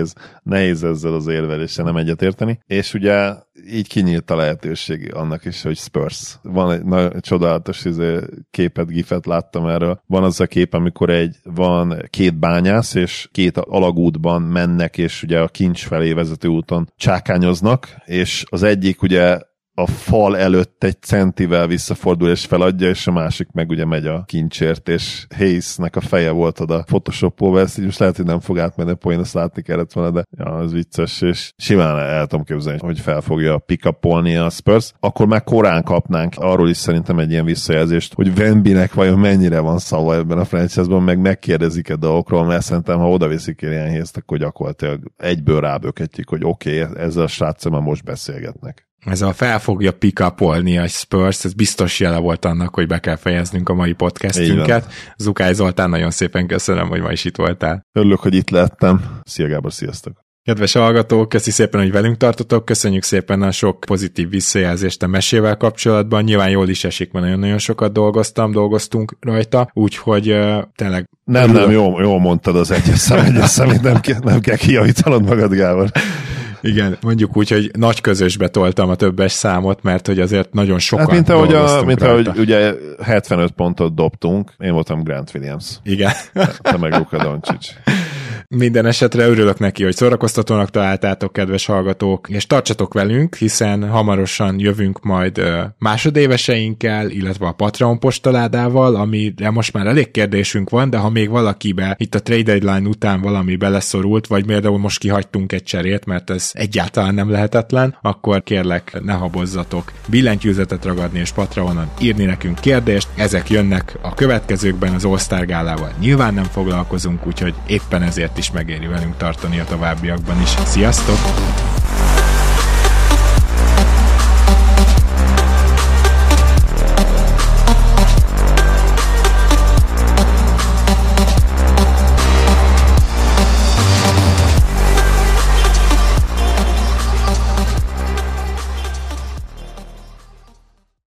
nehéz ezzel az érveléssel nem egyetérteni, és ugye így kinyílt a lehetőség annak is, hogy Spurs. Van egy nagyon csodálatos képet, gifet láttam erről. Van az a kép, amikor van 2 bányász, és 2 alagútban mennek, és ugye a kincs felé vezető úton csákányoznak, és az egyik ugye a fal előtt egy centivel visszafordul és feladja, és a másik meg ugye megy a kincsért, és Hayesnek a feje volt oda photoshopolva, ezt így most lehet, hogy nem fog átmenni a poén, azt látni kellett volna, de ja, ez vicces, és simán el tudom képzelni, hogy fel fogja pick-upolni a Spurs. Akkor már korán kapnánk arról is szerintem egy ilyen visszajelzést, hogy Wembynek vajon mennyire van szava ebben a franchise-ban, meg megkérdezik-e dolgokról, mert szerintem, ha odaviszik Killian Hayest, akkor gyakorlatilag egyből rábökhetjük, hogy oké, ezzel a sráccal már most beszélgetnek. Ez a fel fogja pick-upolni a Spurs, ez biztos jele volt annak, hogy be kell fejeznünk a mai podcastünket. Zukály Zoltán, nagyon szépen köszönöm, hogy ma is itt voltál. Örülök, hogy itt lettem. Szia Gábor, sziasztok! Kedves hallgatók, köszi szépen, hogy velünk tartotok, köszönjük szépen a sok pozitív visszajelzést a mesével kapcsolatban, nyilván jól is esik, mert nagyon-nagyon sokat dolgoztunk rajta, úgyhogy tényleg... Nem, jól mondtad az egyes szemét, nem kell kijavítanod magad, Gábor. Igen, mondjuk úgy, hogy nagy közösbe toltam a többes számot, mert hogy azért nagyon sokan hát mint ahogy ugye 75 pontot dobtunk, én voltam Grant Williams. Igen. Te meg Luka Doncic. Minden esetre örülök neki, hogy szórakoztatónak találtátok, kedves hallgatók, és tartsatok velünk, hiszen hamarosan jövünk majd másodéveseinkkel, illetve a Patreon postaládával, amire most már elég kérdésünk van, de ha még valakibe itt a trade deadline után valami beleszorult, vagy például most kihagytunk egy cserét, mert ez egyáltalán nem lehetetlen, akkor kérlek, ne habozzatok billentyűzetet ragadni és Patreonon írni nekünk kérdést. Ezek jönnek a következőkben, az All-Star gálával nyilván nem foglalkozunk, úgyhogy éppen ezért is megéri velünk tartani a továbbiakban is. Sziasztok!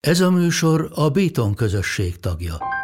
Ez a műsor a Béton közösség tagja.